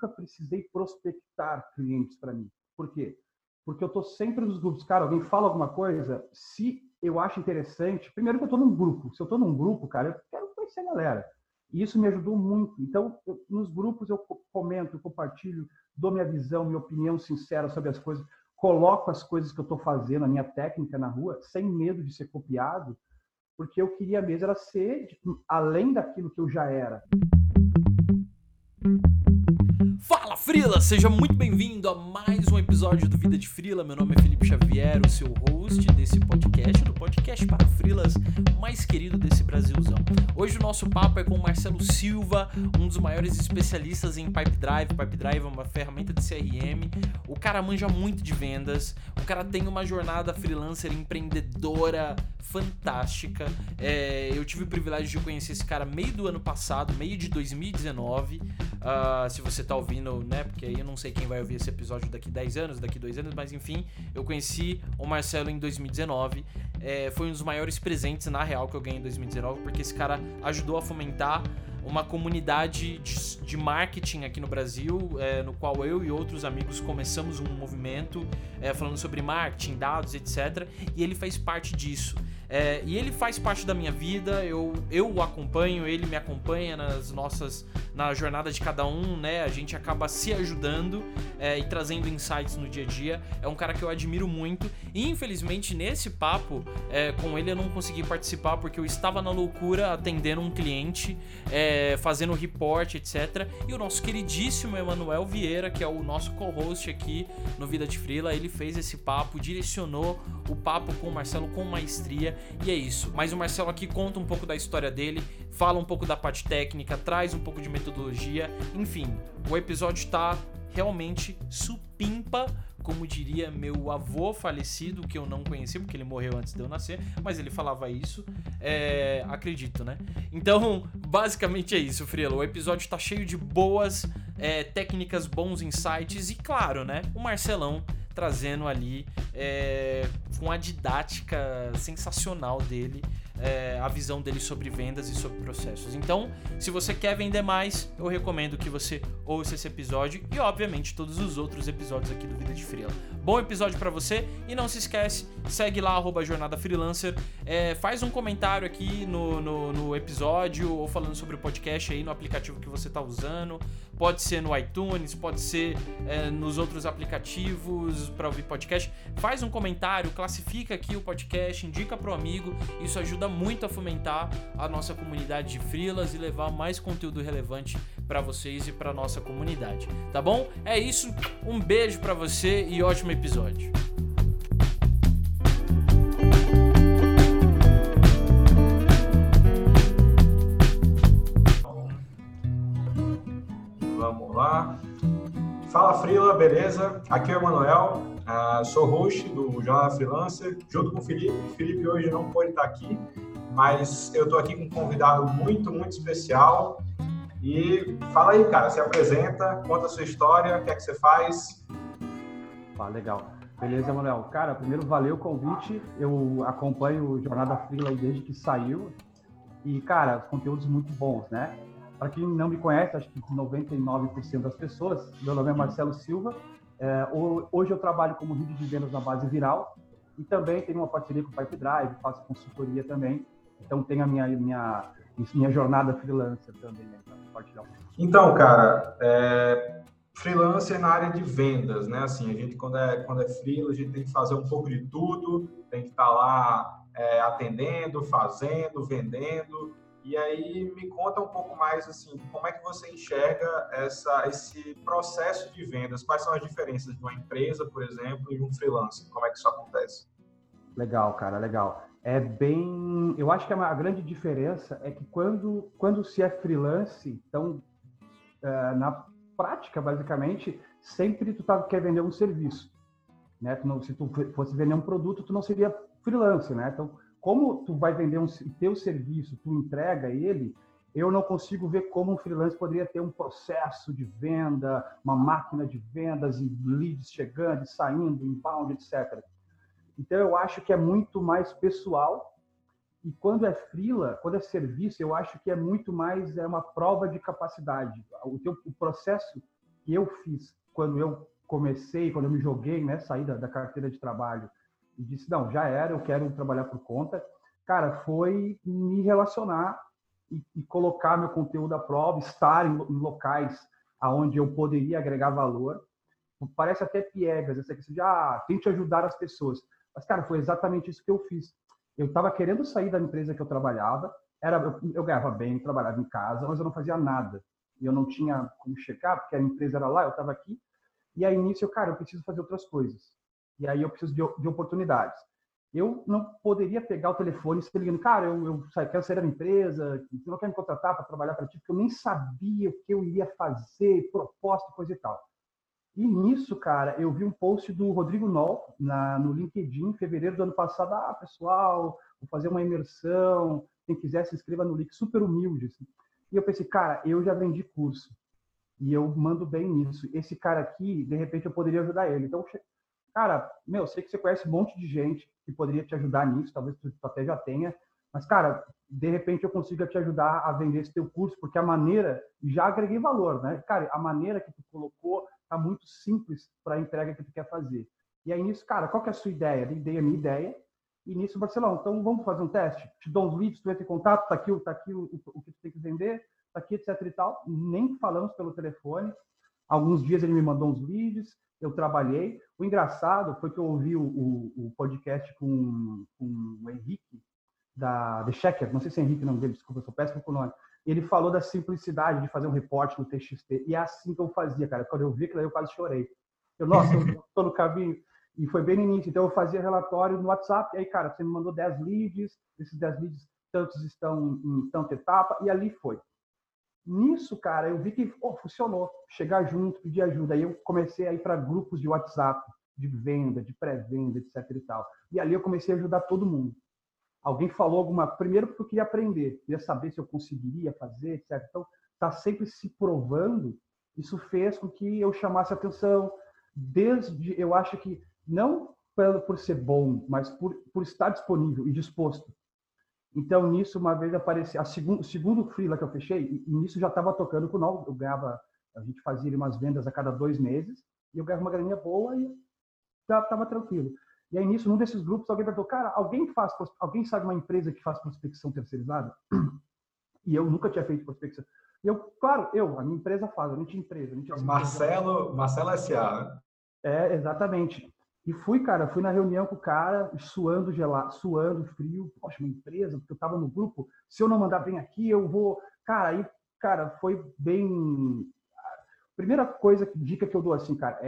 nunca precisei prospectar clientes para mim. Por quê? Porque eu estou sempre nos grupos. Cara, alguém fala alguma coisa, se eu acho interessante, primeiro que eu estou num grupo. Se eu estou num grupo, cara, eu quero conhecer a galera. E isso me ajudou muito. Então, nos grupos eu comento, eu compartilho, dou minha visão, minha opinião sincera sobre as coisas, coloco as coisas que eu estou fazendo, a minha técnica na rua, sem medo de ser copiado, porque eu queria mesmo era ser além daquilo que eu já era. Fala Frila, seja muito bem-vindo a mais um episódio do Vida de Frila. Meu nome é Felipe Xavier, o seu host desse podcast, do podcast para Frilas mais querido desse Brasilzão. Hoje o nosso papo é com o Marcelo Silva, um dos maiores especialistas em Pipe Drive. Pipe Drive é uma ferramenta de CRM. O cara manja muito de vendas, o cara tem uma jornada freelancer empreendedora fantástica. Eu tive o privilégio de conhecer esse cara meio do ano passado, meio de 2019. Se você tá ouvindo, né, porque aí eu não sei quem vai ouvir esse episódio daqui 10 anos, daqui 2 anos, mas enfim, eu conheci o Marcelo em 2019. Foi um dos maiores presentes, na real, que eu ganhei em 2019, porque esse cara ajudou a fomentar uma comunidade de marketing aqui no Brasil, no qual eu e outros amigos começamos um movimento falando sobre marketing, dados, etc. E ele faz parte disso. E ele faz parte da minha vida, eu o acompanho, ele me acompanha na jornada de cada um, né? A gente acaba se ajudando e trazendo insights no dia a dia. É um cara que eu admiro muito. E infelizmente nesse papo com ele eu não consegui participar porque eu estava na loucura atendendo um cliente, fazendo report, etc. E o nosso queridíssimo Emanuel Vieira, que é o nosso co-host aqui no Vida de Frila, ele fez esse papo, direcionou o papo com o Marcelo com maestria. E é isso. Mas o Marcelo aqui conta um pouco da história dele, fala um pouco da parte técnica, traz um pouco de metodologia. Enfim, o episódio tá realmente supimpa, como diria meu avô falecido, que eu não conheci porque ele morreu antes de eu nascer, mas ele falava isso, acredito, né? Então, basicamente é isso, Frila. O episódio tá cheio de boas técnicas, bons insights e, claro, né, o Marcelão trazendo ali com a didática sensacional dele, a visão dele sobre vendas e sobre processos. Então, se você quer vender mais, eu recomendo que você ouça esse episódio e, obviamente, todos os outros episódios aqui do Vida de Frila. Bom episódio pra você e não se esquece, segue lá @Jornada Freelancer, faz um comentário aqui no episódio ou falando sobre o podcast aí no aplicativo que você tá usando. Pode ser no iTunes, pode ser nos outros aplicativos para ouvir podcast. Faz um comentário, classifica aqui o podcast, indica pro amigo. Isso ajuda muito a fomentar a nossa comunidade de freelas e levar mais conteúdo relevante para vocês e para nossa comunidade. Tá bom? É isso. Um beijo para você e ótimo episódio. Vamos lá. Fala Frila, beleza? Aqui é o Emanuel, sou host do Jornada Freelancer, junto com o Felipe. O Felipe hoje não pode estar aqui, mas eu estou aqui com um convidado muito, muito especial. E fala aí, cara, se apresenta, conta a sua história, o que é que você faz? Legal. Beleza, Emanuel. Cara, primeiro, valeu o convite. Eu acompanho o Jornada Freela desde que saiu. E, cara, conteúdos muito bons, né? Para quem não me conhece, acho que 99% das pessoas, meu nome é Marcelo Silva. Hoje eu trabalho como líder de vendas na base Viral e também tenho uma parceria com o Pipe Drive, faço consultoria também. Então tem a minha jornada freelancer também, né, para compartilhar um pouco. Então, cara, freelancer na área de vendas, né? Assim, a gente quando é freela, a gente tem que fazer um pouco de tudo, tem que estar lá atendendo, fazendo, vendendo. E aí me conta um pouco mais, assim, como é que você enxerga esse processo de vendas? Quais são as diferenças de uma empresa, por exemplo, e um freelancer? Como é que isso acontece? Legal, cara, legal. Eu acho que a grande diferença é que quando se é freelance, então, na prática, basicamente, sempre tu quer vender um serviço, né? Se tu fosse vender um produto, tu não seria freelance, né? Então, como tu vai vender teu serviço, tu entrega ele, eu não consigo ver como um freelance poderia ter um processo de venda, uma máquina de vendas, e leads chegando e saindo, inbound, etc. Então, eu acho que é muito mais pessoal. E quando é freela, quando é serviço, eu acho que é muito mais uma prova de capacidade. O processo que eu fiz quando eu comecei, quando eu me joguei, né, saí da carteira de trabalho e disse, não, já era, eu quero trabalhar por conta, cara, foi me relacionar e colocar meu conteúdo à prova, estar em locais aonde eu poderia agregar valor. Parece até piegas, essa questão de, tente ajudar as pessoas. Mas, cara, foi exatamente isso que eu fiz. Eu estava querendo sair da empresa que eu trabalhava, eu ganhava bem, trabalhava em casa, mas eu não fazia nada. E eu não tinha como checar, porque a empresa era lá, eu estava aqui. E aí, nisso, eu preciso fazer outras coisas. E aí eu preciso de oportunidades. Eu não poderia pegar o telefone e se ligando, cara, eu quero sair da empresa, você não quer me contratar para trabalhar para ti, porque eu nem sabia o que eu iria fazer, proposta, coisa e tal. E nisso, cara, eu vi um post do Rodrigo Noll no LinkedIn, em fevereiro do ano passado. Pessoal, vou fazer uma imersão, quem quiser se inscreva no link, super humilde. Assim. E eu pensei, cara, eu já vendi curso e eu mando bem nisso. Esse cara aqui, de repente, eu poderia ajudar ele. Então, cara, sei que você conhece um monte de gente que poderia te ajudar nisso, talvez tu até já tenha, mas, cara, de repente eu consiga te ajudar a vender esse teu curso, porque a maneira, já agreguei valor, né? Cara, a maneira que tu colocou tá muito simples para a entrega que tu quer fazer. E aí nisso, cara, qual que é a sua ideia? Dei a minha ideia, e nisso, Marcelão, então vamos fazer um teste? Te dou uns leads, tu entra em contato, tá aqui o que tu tem que vender, tá aqui, etc e tal. Nem falamos pelo telefone. Alguns dias ele me mandou uns leads, eu trabalhei. O engraçado foi que eu ouvi o podcast com o Henrique, da The Checker, não sei se é Henrique o nome dele, desculpa, eu sou péssimo com o nome. Ele falou da simplicidade de fazer um reporte no TXT, e é assim que eu fazia, cara. Quando eu vi aquilo aí, eu quase chorei. Nossa, eu tô no caminho. E foi bem no início. Então, eu fazia relatório no WhatsApp, e aí, cara, você me mandou 10 leads, esses 10 leads, tantos estão em tanta etapa, e ali foi. Nisso, cara, eu vi que funcionou. Chegar junto, pedir ajuda. Aí eu comecei a ir para grupos de WhatsApp, de venda, de pré-venda, etc e tal. E ali eu comecei a ajudar todo mundo. Alguém falou primeiro porque eu queria aprender, queria saber se eu conseguiria fazer, etc. Então, tá sempre se provando. Isso fez com que eu chamasse atenção, eu acho que não por ser bom, mas por estar disponível e disposto. Então, nisso, uma vez apareceu, o segundo freela que eu fechei, e nisso já estava tocando com o Noll, a gente fazia umas vendas a cada 2 meses, e eu ganhava uma graninha boa e já estava tranquilo. E aí, nisso, num desses grupos, alguém perguntou, cara, alguém sabe uma empresa que faz prospecção terceirizada? E eu nunca tinha feito prospecção. E claro, a minha empresa faz, a gente empresa. Marcelo S.A., né? Exatamente. E fui na reunião com o cara, suando gelado, suando frio. Poxa, uma empresa, porque eu estava no grupo, se eu não mandar bem aqui, eu vou... Cara, foi bem... Primeira dica que eu dou assim, cara,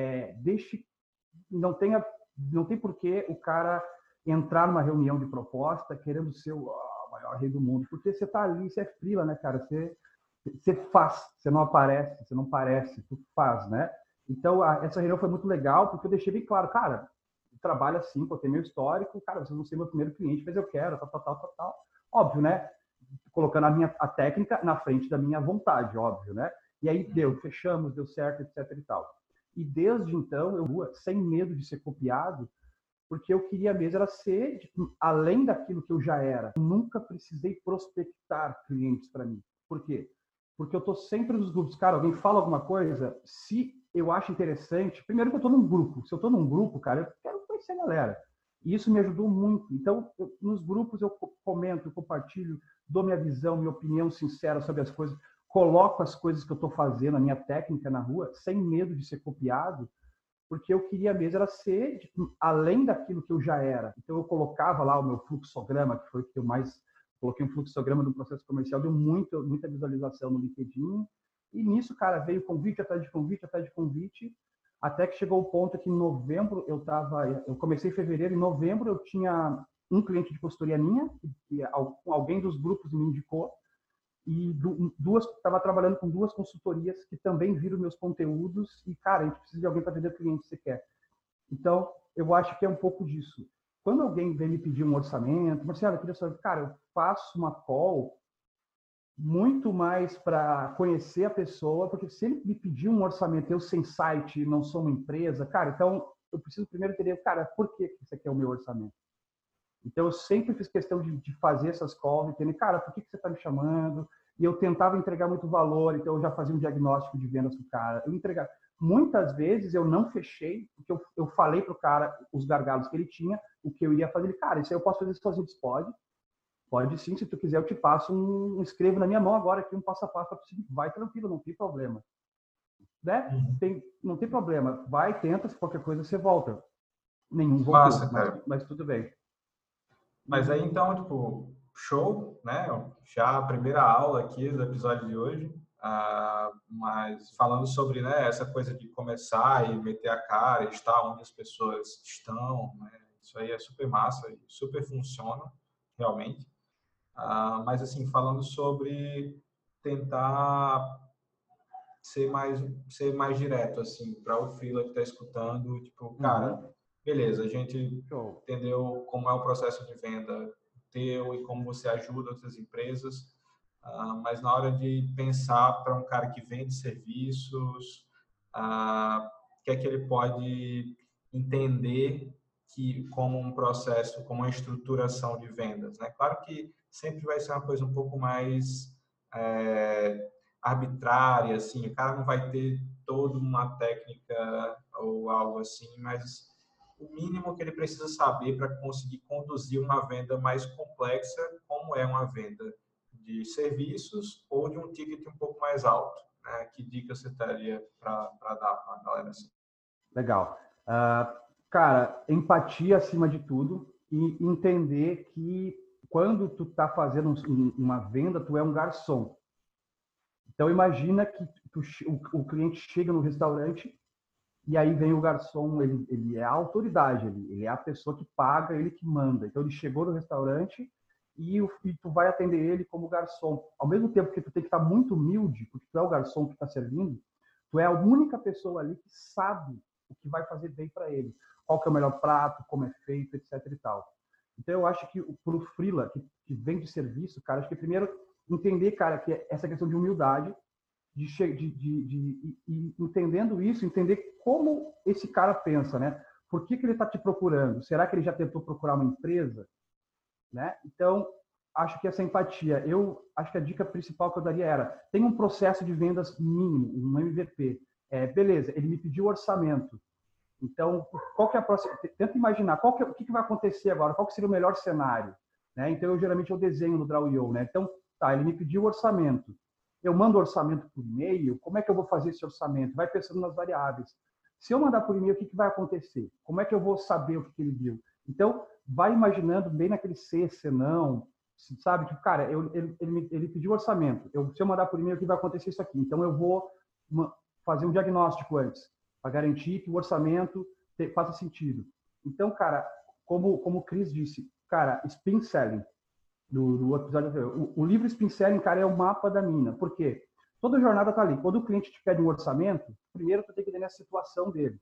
não tem por que o cara entrar numa reunião de proposta querendo ser o maior rei do mundo, porque você tá ali, você é freela, né, cara? Você faz, você não aparece, você não parece, tu faz, né? Então, essa reunião foi muito legal, porque eu deixei bem claro, cara, trabalho assim, eu tenho meu histórico, cara, vocês vão ser meu primeiro cliente, mas eu quero, tal. Óbvio, né? Colocando a técnica na frente da minha vontade, óbvio, né? E aí fechamos, deu certo, etc e tal. E desde então, eu sem medo de ser copiado, porque eu queria mesmo era ser, além daquilo que eu já era. Eu nunca precisei prospectar clientes para mim. Por quê? Porque eu estou sempre nos grupos. Cara, alguém fala alguma coisa, se eu acho interessante, primeiro que eu estou num grupo. Se eu estou num grupo, cara, eu quero conhecer a galera. E isso me ajudou muito. Então, nos grupos eu comento, eu compartilho, dou minha visão, minha opinião sincera sobre as coisas, coloco as coisas que eu estou fazendo, a minha técnica na rua, sem medo de ser copiado, porque eu queria mesmo era ser além daquilo que eu já era. Então, eu colocava lá o meu fluxograma, que foi o que eu mais... Coloquei um fluxograma do processo comercial, deu muita visualização no LinkedIn. E nisso, cara, veio convite atrás de convite, até que chegou o ponto que em novembro eu comecei em fevereiro, em novembro eu tinha um cliente de consultoria minha, que alguém dos grupos me indicou, e estava trabalhando com 2 consultorias que também viram meus conteúdos e, cara, a gente precisa de alguém para vender cliente que você quer. Então, eu acho que é um pouco disso. Quando alguém vem me pedir um orçamento, Marcelo, eu queria saber, cara, eu faço uma call muito mais para conhecer a pessoa, porque se ele me pedir um orçamento, eu sem site, não sou uma empresa, cara, então eu preciso primeiro entender, cara, por que você quer o meu orçamento? Então, eu sempre fiz questão de fazer essas calls, entender, cara, por que você está me chamando? E eu tentava entregar muito valor, então eu já fazia um diagnóstico de vendas com o cara. Muitas vezes eu não fechei, porque eu falei pro cara os gargalos que ele tinha, o que eu iria fazer. Ele, cara, isso aí eu posso fazer sozinho. Pode sim, se tu quiser eu te passo escrevo na minha mão agora aqui um passo a passo para tu seguir. Vai tranquilo, não tem problema. Né? Não tem problema. Vai, tenta, se qualquer coisa você volta. Nenhum voltou, Massa, cara. mas tudo bem. Mas aí, então, tipo, show, né? Já a primeira aula aqui do episódio de hoje. Mas falando sobre, né, essa coisa de começar e meter a cara, estar onde as pessoas estão, né? Isso aí é super massa e super funciona, realmente. Mas, assim, falando sobre tentar ser mais direto, assim, para o freela que está escutando, tipo, cara, beleza, a gente entendeu como é o processo de venda teu e como você ajuda outras empresas, mas na hora de pensar para um cara que vende serviços, o que é que ele pode entender que como um processo, como uma estruturação de vendas, né? Claro que sempre vai ser uma coisa um pouco mais arbitrária, assim, o cara não vai ter toda uma técnica ou algo assim, mas o mínimo que ele precisa saber para conseguir conduzir uma venda mais complexa, como é uma venda de serviços ou de um ticket um pouco mais alto, né? Que dica você teria para dar para a galera assim? Legal. Cara, empatia acima de tudo e entender que quando tu tá fazendo uma venda, tu é um garçom. Então imagina que o cliente chega no restaurante e aí vem o garçom, ele é a autoridade, ele é a pessoa que paga, ele que manda. Então ele chegou no restaurante e tu vai atender ele como garçom. Ao mesmo tempo que tu tem que estar muito humilde, porque tu é o garçom que está servindo, tu é a única pessoa ali que sabe o que vai fazer bem para ele. Qual que é o melhor prato, como é feito, etc e tal. Então eu acho que pro freela que vende serviço, cara, acho que primeiro entender, cara, que essa questão de humildade, e entendendo isso, entender como esse cara pensa, né? Por que ele está te procurando? Será que ele já tentou procurar uma empresa? Né? Então, acho que essa empatia, eu acho que a dica principal que eu daria era, tem um processo de vendas mínimo, um MVP. Beleza, ele me pediu orçamento. Então, qual que é a próxima? Tenta imaginar o que vai acontecer agora, qual que seria o melhor cenário. Né? Então, geralmente eu desenho no Draw.io. Né? Então, tá, ele me pediu orçamento. Eu mando orçamento por e-mail, como é que eu vou fazer esse orçamento? Vai pensando nas variáveis. Se eu mandar por e-mail, o que vai acontecer? Como é que eu vou saber o que ele viu? Então, vai imaginando bem naquele se não, sabe? Tipo, cara, ele pediu orçamento. Se eu mandar por e-mail, o que vai acontecer isso aqui? Então, eu vou fazer um diagnóstico antes, para garantir que o orçamento faça sentido. Então, cara, como o Chris disse, cara, spin selling, do episódio anterior. O livro Spin Selling, cara, é o mapa da mina. Por quê? Toda jornada tá ali. Quando o cliente te pede um orçamento, primeiro tu tem que entender a situação dele.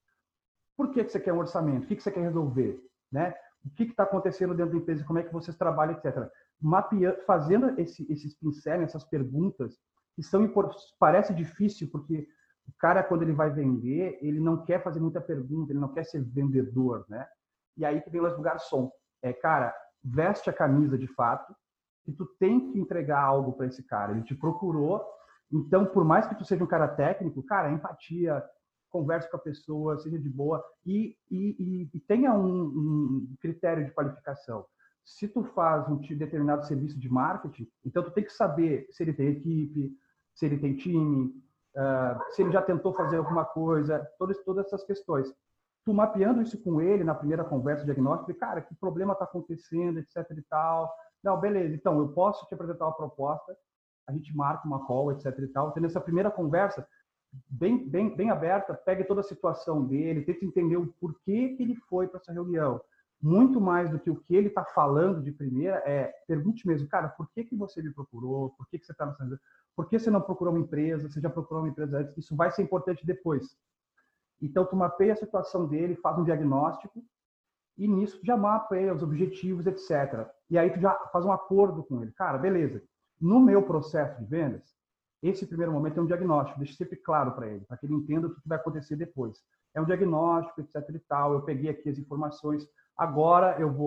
Por que você quer um orçamento? O que você quer resolver? Né? O que está acontecendo dentro da empresa? Como é que vocês trabalham, etc. Mapeando, fazendo esse spin selling, essas perguntas, que parece difícil, porque o cara, quando ele vai vender, ele não quer fazer muita pergunta, ele não quer ser vendedor, né? E aí que vem o garçom. Cara, veste a camisa de fato e tu tem que entregar algo para esse cara. Ele te procurou, então por mais que tu seja um cara técnico, cara, empatia, converse com a pessoa, seja de boa e tenha um critério de qualificação. Se tu faz um determinado serviço de marketing, então tu tem que saber se ele tem equipe, se ele tem time, se ele já tentou fazer alguma coisa, todas essas questões. Tu mapeando isso com ele na primeira conversa diagnóstica, cara, que problema está acontecendo, etc e tal. Não, beleza, então eu posso te apresentar uma proposta, a gente marca uma call, etc e tal. Tendo essa primeira conversa bem aberta, pegue toda a situação dele, tenta entender o porquê que ele foi para essa reunião. Muito mais do que o que ele está falando de primeira, pergunte mesmo, cara, por que você me procurou? Por que você está nessa reunião? Por que você não procurou uma empresa? Você já procurou uma empresa antes? Isso vai ser importante depois. Então, tu mapeia a situação dele, faz um diagnóstico e nisso tu já mapeia os objetivos, etc. E aí tu já faz um acordo com ele. Cara, beleza. No meu processo de vendas, esse primeiro momento é um diagnóstico. Deixa sempre claro para ele, para que ele entenda o que vai acontecer depois. É um diagnóstico, etc e tal. Eu peguei aqui as informações. Agora eu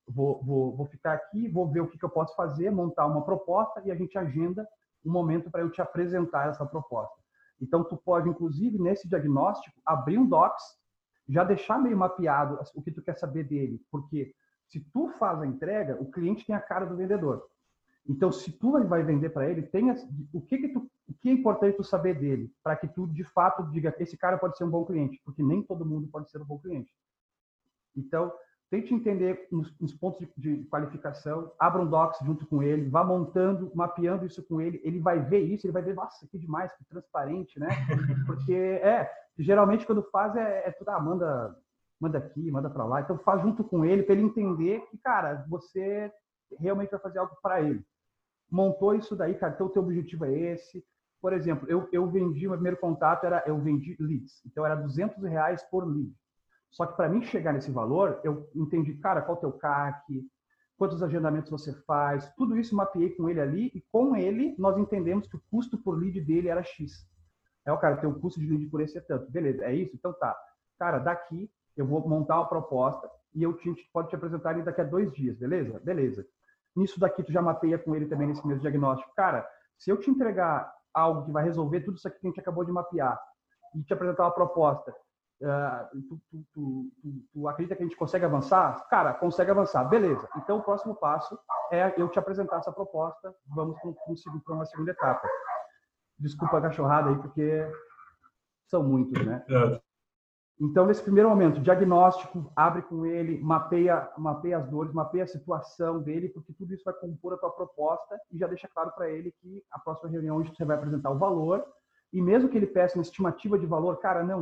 vou ficar aqui, vou ver o que eu posso fazer, montar uma proposta e a gente agenda um momento para eu te apresentar essa proposta. Então, tu pode, inclusive, nesse diagnóstico, abrir um Docs, já deixar meio mapeado o que tu quer saber dele, porque se tu faz a entrega, o cliente tem a cara do vendedor. Então, se tu vai vender para ele, o que é importante tu saber dele, para que tu, de fato, diga, esse cara pode ser um bom cliente, porque nem todo mundo pode ser um bom cliente. Então, tente entender os pontos de qualificação, abra um Docs junto com ele, vá montando, mapeando isso com ele, ele vai ver isso, ele vai ver, nossa, que demais, que transparente, né? Porque, geralmente quando faz tudo, manda aqui, manda para lá, então faz junto com ele, para ele entender que, cara, você realmente vai fazer algo para ele. Montou isso daí, cara, então o teu objetivo é esse. Por exemplo, eu vendi, o meu primeiro contato eu vendi leads, então era R$200 por lead. Só que para mim chegar nesse valor, eu entendi, cara, qual é o teu CAC, quantos agendamentos você faz, tudo isso mapeei com ele ali e com ele nós entendemos que o custo por lead dele era X. Aí o cara tem um custo de lead por esse é tanto. Beleza, é isso? Então tá. Cara, daqui eu vou montar uma proposta e pode te apresentar ele daqui a 2 dias, beleza? Beleza. Nisso daqui tu já mapeia com ele também nesse mesmo diagnóstico. Cara, se eu te entregar algo que vai resolver tudo isso aqui que a gente acabou de mapear e te apresentar uma proposta, tu acredita que a gente consegue avançar? Cara, consegue avançar. Beleza. Então, o próximo passo é eu te apresentar essa proposta. Vamos para uma segunda etapa. Desculpa a cachorrada aí, porque são muitos, né? Então, nesse primeiro momento, diagnóstico, abre com ele, mapeia as dores, mapeia a situação dele, porque tudo isso vai compor a tua proposta e já deixa claro para ele que a próxima reunião onde você vai apresentar o valor e mesmo que ele peça uma estimativa de valor, cara, não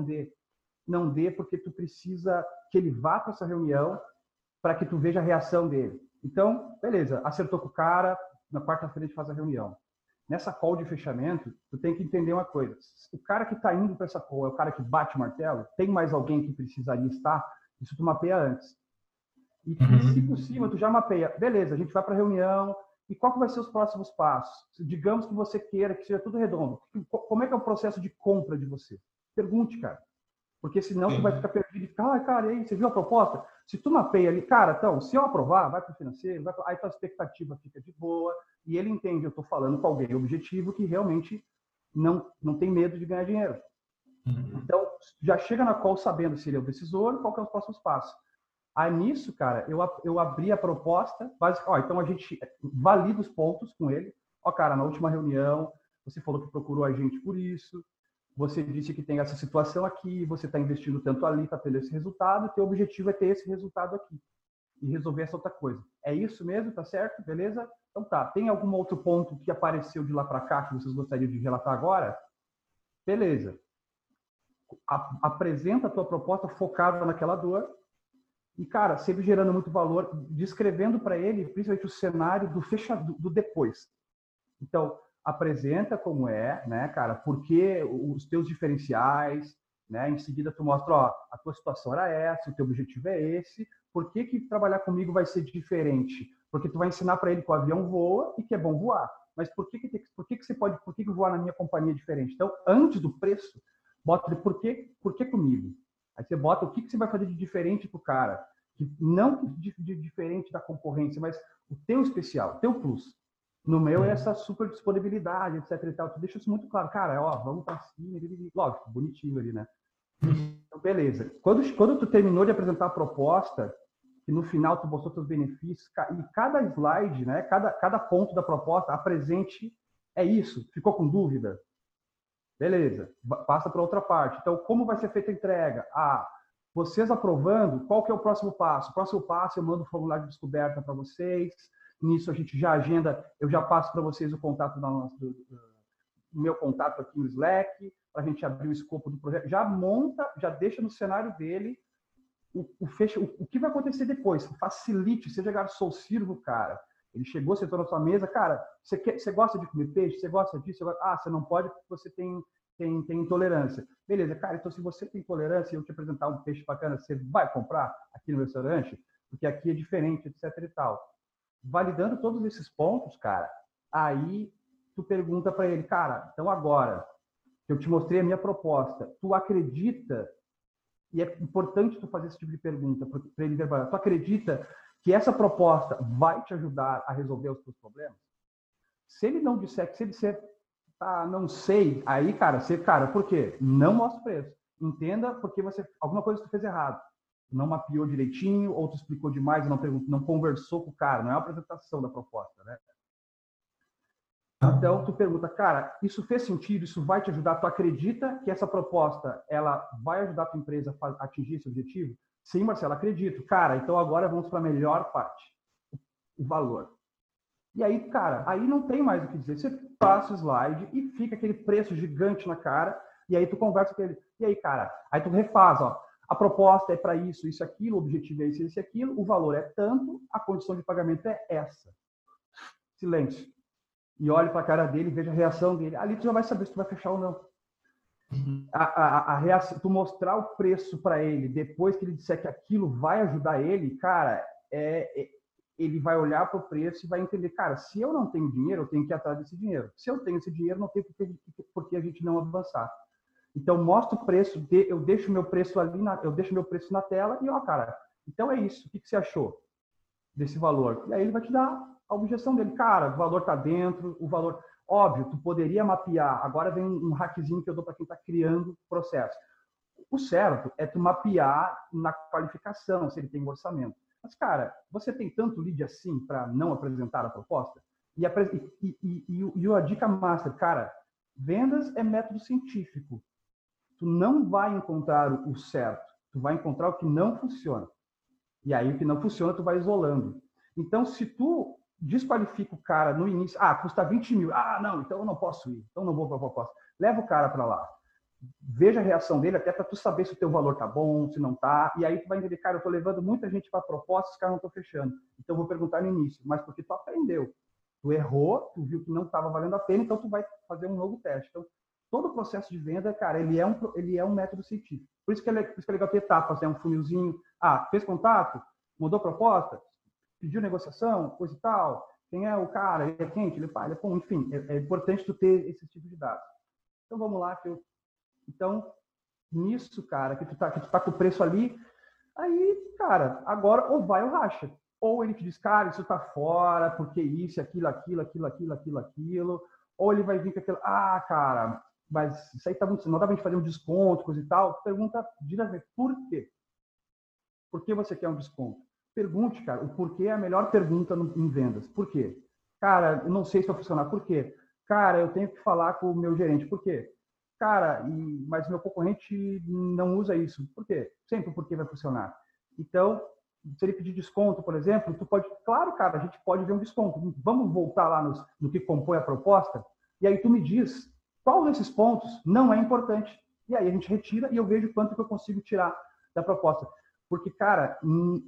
dê, porque tu precisa que ele vá para essa reunião para que tu veja a reação dele. Então, beleza, acertou com o cara, na quarta-feira a gente faz a reunião. Nessa call de fechamento, tu tem que entender uma coisa. O cara que está indo para essa call é o cara que bate o martelo? Tem mais alguém que precisaria estar? Isso tu mapeia antes. E se possível, tu já mapeia. Beleza, a gente vai para a reunião. E qual que vai ser os próximos passos? Digamos que você queira que seja tudo redondo. Como é que é o processo de compra de você? Pergunte, cara. Porque senão tu vai ficar perdido e ficar, cara, e aí, você viu a proposta? Se tu mapeia ali, cara, então, se eu aprovar, vai para o financeiro, aí tua expectativa fica de boa e ele entende, eu estou falando com alguém objetivo que realmente não tem medo de ganhar dinheiro. Então, já chega na call sabendo se ele é o decisor, qual que é os próximos passos. Aí nisso, cara, eu abri a proposta, então a gente valida os pontos com ele. Cara, na última reunião, você falou que procurou a gente por isso, você disse que tem essa situação aqui, você está investindo tanto ali, está tendo esse resultado, teu objetivo é ter esse resultado aqui e resolver essa outra coisa. É isso mesmo? Tá certo? Beleza? Então tá. Tem algum outro ponto que apareceu de lá para cá que vocês gostariam de relatar agora? Beleza. Apresenta a tua proposta focada naquela dor e, cara, sempre gerando muito valor, descrevendo para ele, principalmente o cenário do depois. Então, apresenta como é, né, cara, porque os teus diferenciais, né, em seguida tu mostra, a tua situação era essa, o teu objetivo é esse, por que trabalhar comigo vai ser diferente? Porque tu vai ensinar para ele que o avião voa e que é bom voar, mas por que voar na minha companhia é diferente? Então, antes do preço, bota por que comigo? Aí você bota o que você vai fazer de diferente pro cara, não de diferente da concorrência, mas o teu especial, o teu plus. No meu é essa super disponibilidade, etc e tal. Tu deixa isso muito claro. Cara, vamos pra cima. Lógico, bonitinho ali, né? Então, beleza. Quando tu terminou de apresentar a proposta, e no final tu mostrou teus benefícios, e cada slide, né? Cada ponto da proposta, apresente, é isso. Ficou com dúvida? Beleza. Passa para outra parte. Então, como vai ser feita a entrega? Vocês aprovando, qual que é o próximo passo? O próximo passo, eu mando o formulário de descoberta para vocês. Nisso a gente já agenda, eu já passo para vocês o contato do meu contato aqui no Slack, para a gente abrir o escopo do projeto. Já monta, já deixa no cenário dele o que vai acontecer depois. Facilite, seja garçom, sirva o cara. Ele chegou, sentou na sua mesa, cara, você gosta de comer peixe? Você gosta disso? Você não pode porque você tem intolerância. Beleza, cara, então se você tem intolerância e eu te apresentar um peixe bacana, você vai comprar aqui no restaurante? Porque aqui é diferente, etc e tal. Validando todos esses pontos, cara, aí tu pergunta para ele, cara, então agora que eu te mostrei a minha proposta, tu acredita, e é importante tu fazer esse tipo de pergunta para ele verbalizar, tu acredita que essa proposta vai te ajudar a resolver os teus problemas? Se ele não disser, se ele disser Não sei. Aí, cara, por quê? Não mostra o preço. Entenda porque alguma coisa tu fez errado. Não mapeou direitinho, ou tu explicou demais, não conversou com o cara. Não é uma apresentação da proposta, né? Então, tu pergunta, cara, isso fez sentido? Isso vai te ajudar? Tu acredita que essa proposta ela vai ajudar a tua empresa a atingir esse objetivo? Sim, Marcelo, acredito. Cara, então agora vamos para a melhor parte, o valor. E aí, cara, aí não tem mais o que dizer. Você passa o slide e fica aquele preço gigante na cara, e aí tu conversa com ele. E aí, cara, aí tu refaz, ó. A proposta é para isso, isso, aquilo, o objetivo é isso, aquilo, o valor é tanto, a condição de pagamento é essa. Silêncio. E olhe para a cara dele, veja a reação dele. Ali tu já vai saber se tu vai fechar ou não. A reação, tu mostrar o preço para ele, depois que ele disser que aquilo vai ajudar ele, cara, ele vai olhar para o preço e vai entender, cara, se eu não tenho dinheiro, eu tenho que ir atrás desse dinheiro. Se eu tenho esse dinheiro, não tem por que a gente não avançar. Então, mostra o preço, eu deixo meu preço ali, eu deixo meu preço na tela e, ó, cara, então é isso. O que você achou desse valor? E aí ele vai te dar a objeção dele. Cara, o valor está dentro, o valor... Óbvio, tu poderia mapear. Agora vem um hackzinho que eu dou para quem está criando o processo. O certo é tu mapear na qualificação, se ele tem um orçamento. Mas, cara, você tem tanto lead assim para não apresentar a proposta? E a dica master, cara, vendas é método científico. Tu não vai encontrar o certo, tu vai encontrar o que não funciona. E aí o que não funciona, tu vai isolando. Então, se tu desqualifica o cara no início, custa 20 mil, não, então eu não posso ir, então não vou para a proposta. Leva o cara para lá. Veja a reação dele, até para tu saber se o teu valor tá bom, se não tá, e aí tu vai entender, cara, eu tô levando muita gente para proposta, os caras não estão fechando. Então eu vou perguntar no início, mas porque tu aprendeu, tu errou, tu viu que não estava valendo a pena, então tu vai fazer um novo teste. Então, todo o processo de venda, cara, ele é um método científico. Por isso que é legal ter etapas, né? Um funilzinho, fez contato, mudou proposta, pediu negociação, coisa e tal, quem é o cara, ele é quente, ele é bom, enfim, é importante tu ter esse tipo de dados. Então vamos lá, então, nisso, cara, que tu tá com o preço ali, aí, cara, agora ou vai ou racha. Ou ele te diz, cara, isso tá fora, porque isso, aquilo. Ou ele vai vir com aquilo, cara, mas isso aí tá muito, não dá pra gente fazer um desconto, coisa e tal. Pergunta diretamente, por quê? Por que você quer um desconto? Pergunte, cara, o porquê é a melhor pergunta em vendas. Por quê? Cara, eu não sei se vai funcionar. Por quê? Cara, eu tenho que falar com o meu gerente. Por quê? Cara, mas meu concorrente não usa isso. Por quê? Sempre o porquê vai funcionar. Então, se ele pedir desconto, por exemplo, tu pode... Claro, cara, a gente pode ver um desconto. Vamos voltar lá no que compõe a proposta? E aí tu me diz qual desses pontos não é importante. E aí a gente retira e eu vejo quanto que eu consigo tirar da proposta. Porque, cara,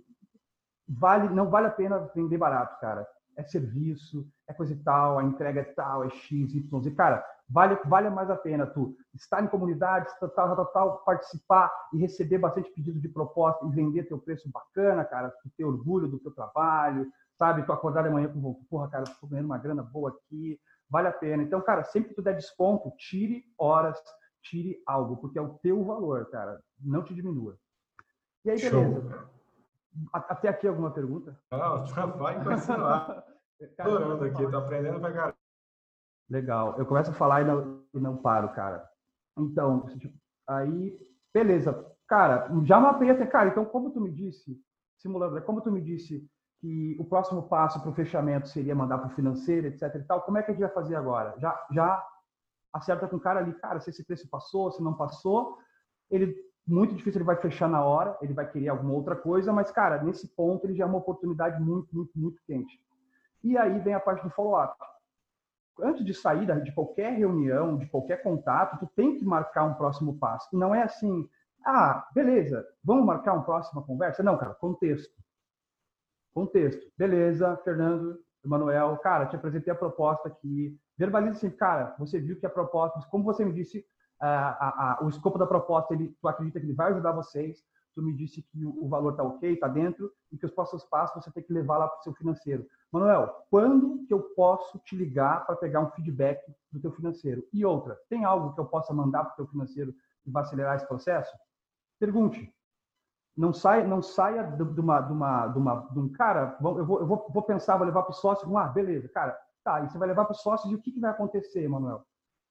não vale a pena vender barato, cara. É serviço, é coisa e tal, a entrega é tal, é X, Y, Z. Cara, vale mais a pena tu estar em comunidades, tal, participar e receber bastante pedido de proposta e vender teu preço bacana, cara, tu ter orgulho do teu trabalho, sabe? Tu acordar de manhã com, porra, cara, tô ganhando uma grana boa aqui, vale a pena. Então, cara, sempre que tu der desconto, tire horas, tire algo, porque é o teu valor, cara, não te diminua. E aí, beleza. Show. Até aqui alguma pergunta? Não, vai continuar. Adorando aqui, tô aprendendo pra caramba. Legal. Eu começo a falar e não paro, cara. Então, aí, beleza. Cara, já mapeei até, cara, então como tu me disse, simulando, como tu me disse que o próximo passo para o fechamento seria mandar para o financeiro, etc e tal, como é que a gente vai fazer agora? Já acerta com o cara ali, cara, se esse preço passou, se não passou, muito difícil ele vai fechar na hora, ele vai querer alguma outra coisa, mas, cara, nesse ponto ele já é uma oportunidade muito, muito, muito quente. E aí vem a parte do follow-up. Antes de sair de qualquer reunião, de qualquer contato, tu tem que marcar um próximo passo. E não é assim, beleza, vamos marcar uma próxima conversa? Não, cara, contexto. Contexto. Beleza, Fernando, Emanuel, cara, te apresentei a proposta aqui. Verbaliza assim, cara, você viu que a proposta, como você me disse, o escopo da proposta, tu acredita que ele vai ajudar vocês, tu me disse que o valor tá ok, tá dentro, e que os próximos passos você tem que levar lá para o seu financeiro. Manuel, quando que eu posso te ligar para pegar um feedback do teu financeiro? E outra, tem algo que eu possa mandar para o teu financeiro que vai acelerar esse processo? Pergunte. Não saia de um cara, eu vou pensar, vou levar para o sócio, beleza, cara, tá, e você vai levar para o sócio e o que vai acontecer, Manuel?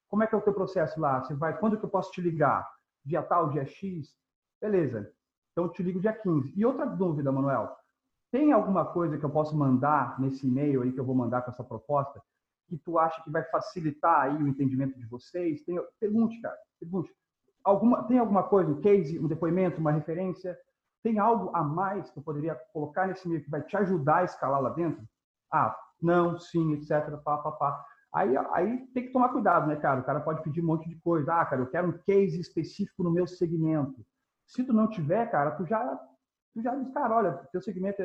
Como é que é o teu processo lá? Você vai, quando que eu posso te ligar? Dia tal, dia X? Beleza. Então, eu te ligo dia 15. E outra dúvida, Manuel. Tem alguma coisa que eu posso mandar nesse e-mail aí que eu vou mandar com essa proposta que tu acha que vai facilitar aí o entendimento de vocês? Pergunte, cara. Pergunte. Tem alguma coisa, um case, um depoimento, uma referência? Tem algo a mais que eu poderia colocar nesse e-mail que vai te ajudar a escalar lá dentro? Ah, não, sim, etc. Pá, pá, pá. Aí tem que tomar cuidado, né, cara? O cara pode pedir um monte de coisa. Ah, cara, eu quero um case específico no meu segmento. Se tu não tiver, cara, tu já diz, cara, olha, teu segmento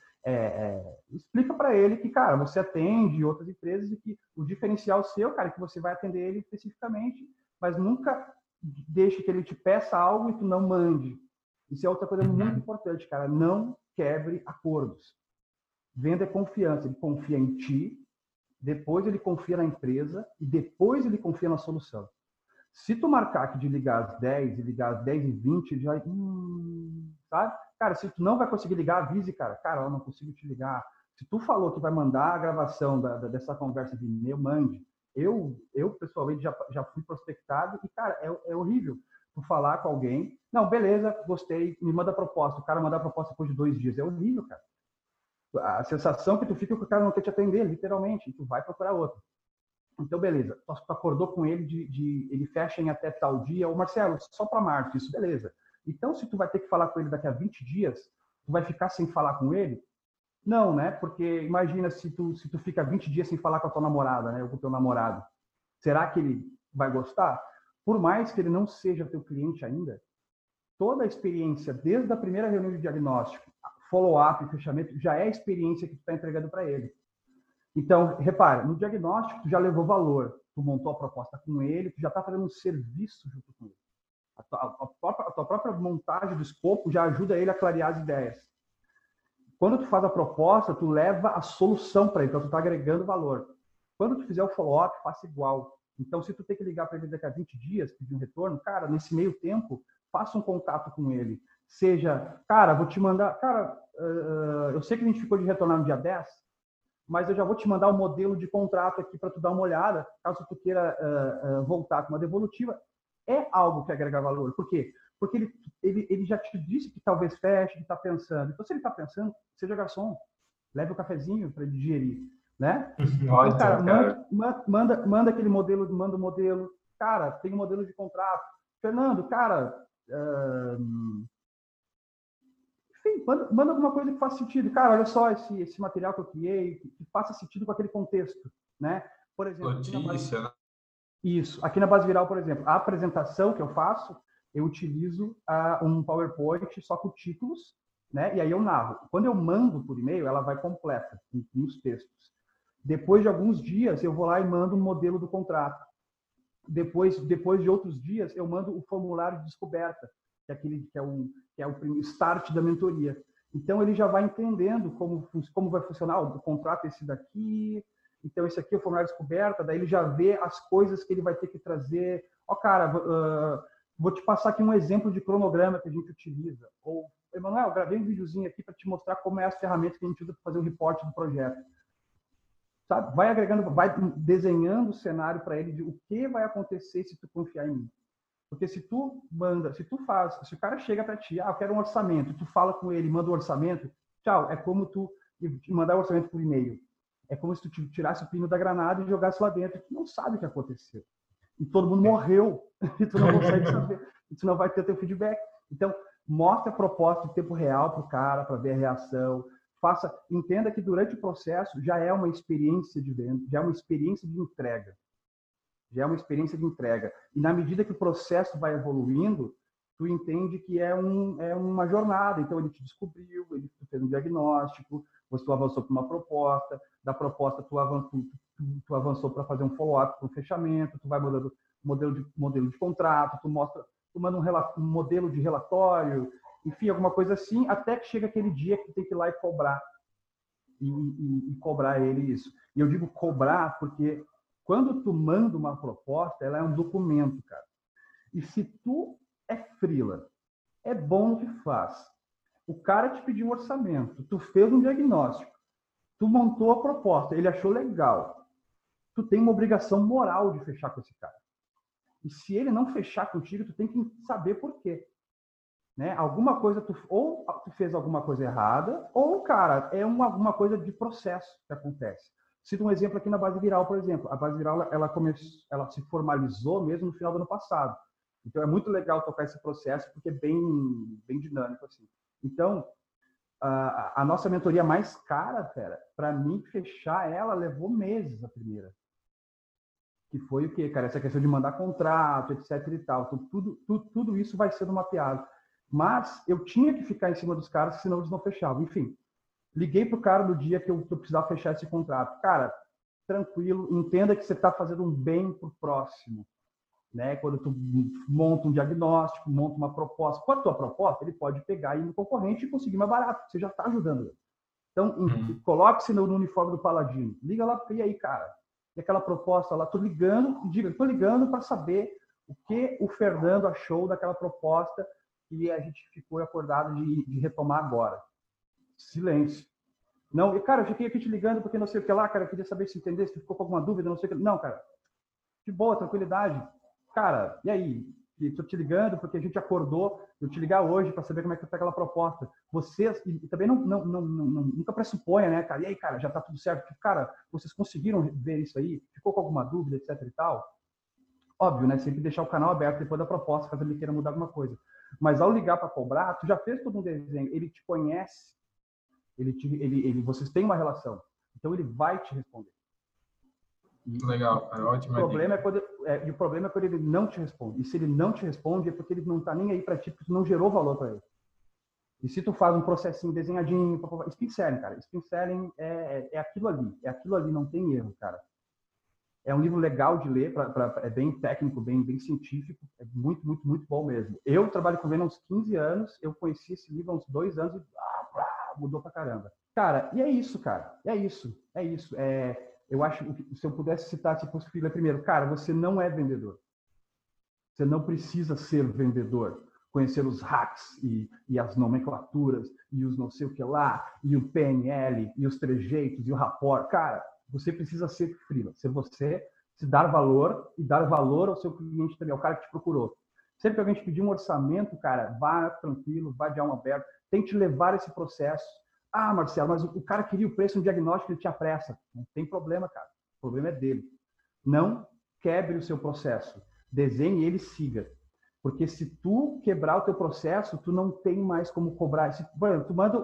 explica para ele que, cara, você atende outras empresas e que o diferencial seu, cara, é que você vai atender ele especificamente, mas nunca deixe que ele te peça algo e tu não mande. Isso é outra coisa muito importante, cara. Não quebre acordos. Venda é confiança. Ele confia em ti, depois ele confia na empresa e depois ele confia na solução. Se tu marcar aqui de ligar às 10 e ligar às 10h20, ele já... sabe? Cara, se tu não vai conseguir ligar, avise, cara. Cara, eu não consigo te ligar. Se tu falou que vai mandar a gravação dessa conversa de e-mail, mande. Eu pessoalmente, já fui prospectado e, cara, é horrível tu falar com alguém. Não, beleza, gostei, me manda a proposta. O cara manda a proposta depois de 2 dias. É horrível, cara. A sensação que tu fica é que o cara não quer te atender, literalmente. E tu vai procurar outro. Então, beleza. Tu acordou com ele ele fecha em até tal dia. Ô, Marcelo, só para março, isso, beleza. Então, se tu vai ter que falar com ele daqui a 20 dias, tu vai ficar sem falar com ele? Não, né? Porque imagina se tu fica 20 dias sem falar com a tua namorada, né? Ou com o teu namorado. Será que ele vai gostar? Por mais que ele não seja teu cliente ainda, toda a experiência, desde a primeira reunião de diagnóstico, follow-up e fechamento, já é a experiência que tu está entregando para ele. Então, repara, no diagnóstico, tu já levou valor, tu montou a proposta com ele, tu já está fazendo um serviço junto com ele. A tua própria montagem do escopo já ajuda ele a clarear as ideias. Quando tu faz a proposta, tu leva a solução para ele, então tu está agregando valor. Quando tu fizer o follow-up, faça igual. Então, se tu tem que ligar para ele daqui a 20 dias, pedir um retorno, cara, nesse meio tempo, faça um contato com ele. Seja, cara, vou te mandar... Cara, eu sei que a gente ficou de retornar no dia 10, mas eu já vou te mandar um modelo de contrato aqui para tu dar uma olhada, caso tu queira voltar com uma devolutiva. É algo que agrega valor. Por quê? Porque ele já te disse que talvez feche, que está pensando. Então, se ele está pensando, seja garçom, leve o cafezinho para ele digerir, né? Então, cara, manda aquele modelo, manda o modelo. Cara, tem um modelo de contrato. Fernando, cara... enfim, manda alguma coisa que faça sentido. Cara, olha só esse material que eu criei, que faça sentido com aquele contexto, né? Por exemplo... Notícia, né? Isso. Aqui na Base Viral, por exemplo, a apresentação que eu faço, eu utilizo um PowerPoint só com títulos, né? E aí eu narro. Quando eu mando por e-mail, ela vai completa nos textos. Depois de alguns dias, eu vou lá e mando um modelo do contrato. Depois de outros dias, eu mando o formulário de descoberta, que é o start da mentoria. Então, ele já vai entendendo como vai funcionar. O contrato é esse daqui, então esse aqui é o formulário de descoberta, daí ele já vê as coisas que ele vai ter que trazer. Cara, vou te passar aqui um exemplo de cronograma que a gente utiliza. Ou, Emanuel, gravei um videozinho aqui para te mostrar como é as ferramentas que a gente usa para fazer o reporte do projeto. Sabe? Vai agregando, vai desenhando o cenário para ele de o que vai acontecer se tu confiar em mim. Porque se tu o cara chega para ti, eu quero um orçamento, tu fala com ele, manda o orçamento, tchau, é como tu mandar o orçamento por e-mail. É como se tu tirasse o pino da granada e jogasse lá dentro. Tu não sabe o que aconteceu. E todo mundo morreu. E tu não consegue saber. E tu não vai ter teu feedback. Então, mostre a proposta em tempo real para o cara, para ver a reação. Entenda que durante o processo já é uma experiência de venda, já é uma experiência de entrega. Já é uma experiência de entrega. E na medida que o processo vai evoluindo, tu entende que é uma jornada. Então, ele te descobriu, ele fez um diagnóstico, você avançou para uma proposta, da proposta tu avançou para fazer um follow-up para um fechamento, tu vai mudando modelo de contrato, tu manda um modelo de relatório, enfim, alguma coisa assim, até que chega aquele dia que tu tem que ir lá e cobrar. E cobrar ele isso. E eu digo cobrar porque quando tu manda uma proposta, ela é um documento, cara. E se tu é freela, é bom no que faz, o cara te pediu um orçamento, tu fez um diagnóstico, tu montou a proposta, ele achou legal, tu tem uma obrigação moral de fechar com esse cara. E se ele não fechar contigo, tu tem que saber por quê. Né? Alguma coisa, ou tu fez alguma coisa errada, ou, cara, é alguma coisa de processo que acontece. Cito um exemplo aqui na Base Viral, por exemplo. A Base Viral, ela se formalizou mesmo no final do ano passado. Então, é muito legal tocar esse processo, porque é bem dinâmico, assim. Então, a nossa mentoria mais cara, para mim, fechar ela levou meses, a primeira. Que foi o quê, cara? Essa questão de mandar contrato, etc e tal. Então, tudo isso vai sendo mapeado. Mas eu tinha que ficar em cima dos caras, senão eles não fechavam. Enfim, liguei pro cara no dia que eu precisava fechar esse contrato. Cara, tranquilo, entenda que você está fazendo um bem pro próximo. Né? Quando tu monta um diagnóstico, monta uma proposta. Com a tua proposta, ele pode pegar e ir no concorrente e conseguir mais barato. Você já está ajudando ele. Então, coloque-se no uniforme do Paladino. Liga lá, e aí, cara? E aquela proposta lá, tô ligando, diga, tô ligando para saber o que o Fernando achou daquela proposta que a gente ficou acordado de retomar agora. Silêncio. Não, e cara, eu fiquei aqui te ligando porque não sei o que lá, cara, eu queria saber se entender, se ficou com alguma dúvida, não sei o que. Não, cara, de boa, tranquilidade. Cara, e aí? Estou te ligando porque a gente acordou, eu te ligar hoje para saber como é que está aquela proposta. Vocês, e também nunca pressuponha, né, cara? E aí, cara, já está tudo certo? Cara, vocês conseguiram ver isso aí? Ficou com alguma dúvida, etc e tal? Óbvio, né? Sempre deixar o canal aberto depois da proposta, caso ele queira mudar alguma coisa. Mas ao ligar para cobrar, tu já fez todo um desenho, ele te conhece, vocês têm uma relação, então ele vai te responder. Legal, cara, ótimo. O problema é quando ele não te responde. E se ele não te responde, é porque ele não está nem aí para ti, porque tu não gerou valor para ele. E se tu faz um processinho desenhadinho, spin selling, cara, spin selling é aquilo ali, não tem erro, cara. É um livro legal de ler, é bem técnico, bem científico, é muito, muito, muito bom mesmo. Eu trabalho com venda há uns 15 anos, eu conheci esse livro há uns 2 anos e mudou pra caramba. Cara, e é isso, cara, é isso. Eu acho que se eu pudesse citar, tipo, filha primeiro, cara, você não é vendedor. Você não precisa ser vendedor. Conhecer os hacks e as nomenclaturas e os não sei o que lá, e o PNL, e os trejeitos, e o rapport. Cara, você precisa ser freela, ser você, se dar valor e dar valor ao seu cliente também, ao cara que te procurou. Sempre que alguém te pedir um orçamento, cara, vá tranquilo, vá de alma aberta, tente levar esse processo. Ah, Marcelo, mas o cara queria o preço no diagnóstico, ele tinha pressa. Não tem problema, cara. O problema é dele. Não quebre o seu processo. Desenhe ele e siga. Porque se tu quebrar o teu processo, tu não tem mais como cobrar. Se, por exemplo, tu manda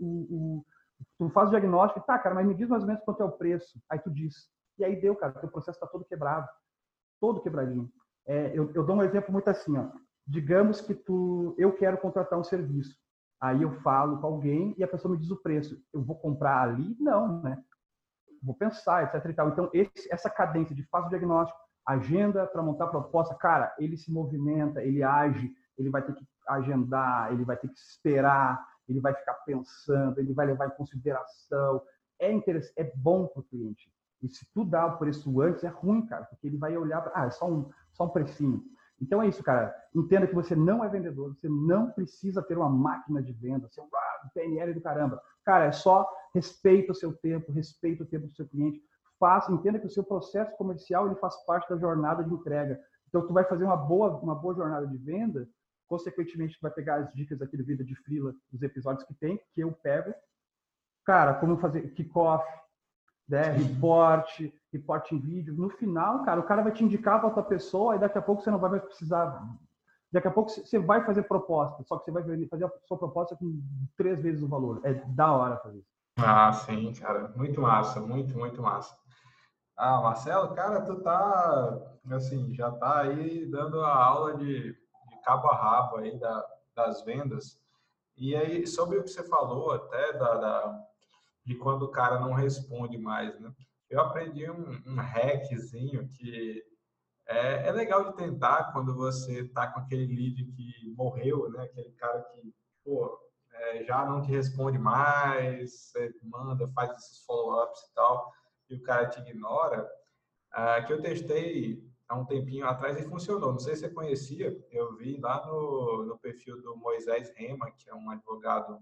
tu faz o diagnóstico, tá, cara, mas me diz mais ou menos quanto é o preço. Aí tu diz. E aí deu, cara, o teu processo está todo quebrado. Todo quebradinho. Eu dou um exemplo muito assim, ó. Digamos que eu quero contratar um serviço. Aí eu falo com alguém e a pessoa me diz o preço. Eu vou comprar ali? Não, né? Vou pensar, etc e tal. Então, essa cadência de faz o diagnóstico, agenda para montar a proposta, cara, ele se movimenta, ele age, ele vai ter que agendar, ele vai ter que esperar, ele vai ficar pensando, ele vai levar em consideração. É bom para o cliente. E se tu dá o preço antes, é ruim, cara, porque ele vai olhar, é só um precinho. Então é isso, cara. Entenda que você não é vendedor, você não precisa ter uma máquina de venda, ser PNL do caramba. Cara, é só respeita o seu tempo, respeita o tempo do seu cliente. Entenda que o seu processo comercial ele faz parte da jornada de entrega. Então, tu vai fazer uma boa jornada de venda, consequentemente, tu vai pegar as dicas aqui do Vida de Freela, dos episódios que eu pego. Cara, como fazer kickoff, né? Report em vídeo. No final, cara, o cara vai te indicar para outra pessoa e daqui a pouco você não vai mais precisar. Daqui a pouco você vai fazer proposta, só que você vai fazer a sua proposta com 3 vezes o valor. É da hora fazer isso. Ah, sim, cara. Muito massa, muito, muito massa. Ah, Marcelo, cara, tu tá, assim, já tá aí dando a aula de cabo a rabo aí das vendas. E aí, sobre o que você falou até de quando o cara não responde mais, né? Eu aprendi um hackzinho que é legal de tentar quando você tá com aquele lead que morreu, né? Aquele cara que, pô, já não te responde mais, você manda, faz esses follow-ups e tal, e o cara te ignora, que eu testei há um tempinho atrás e funcionou. Não sei se você conhecia, eu vi lá no perfil do Moisés Rema, que é um advogado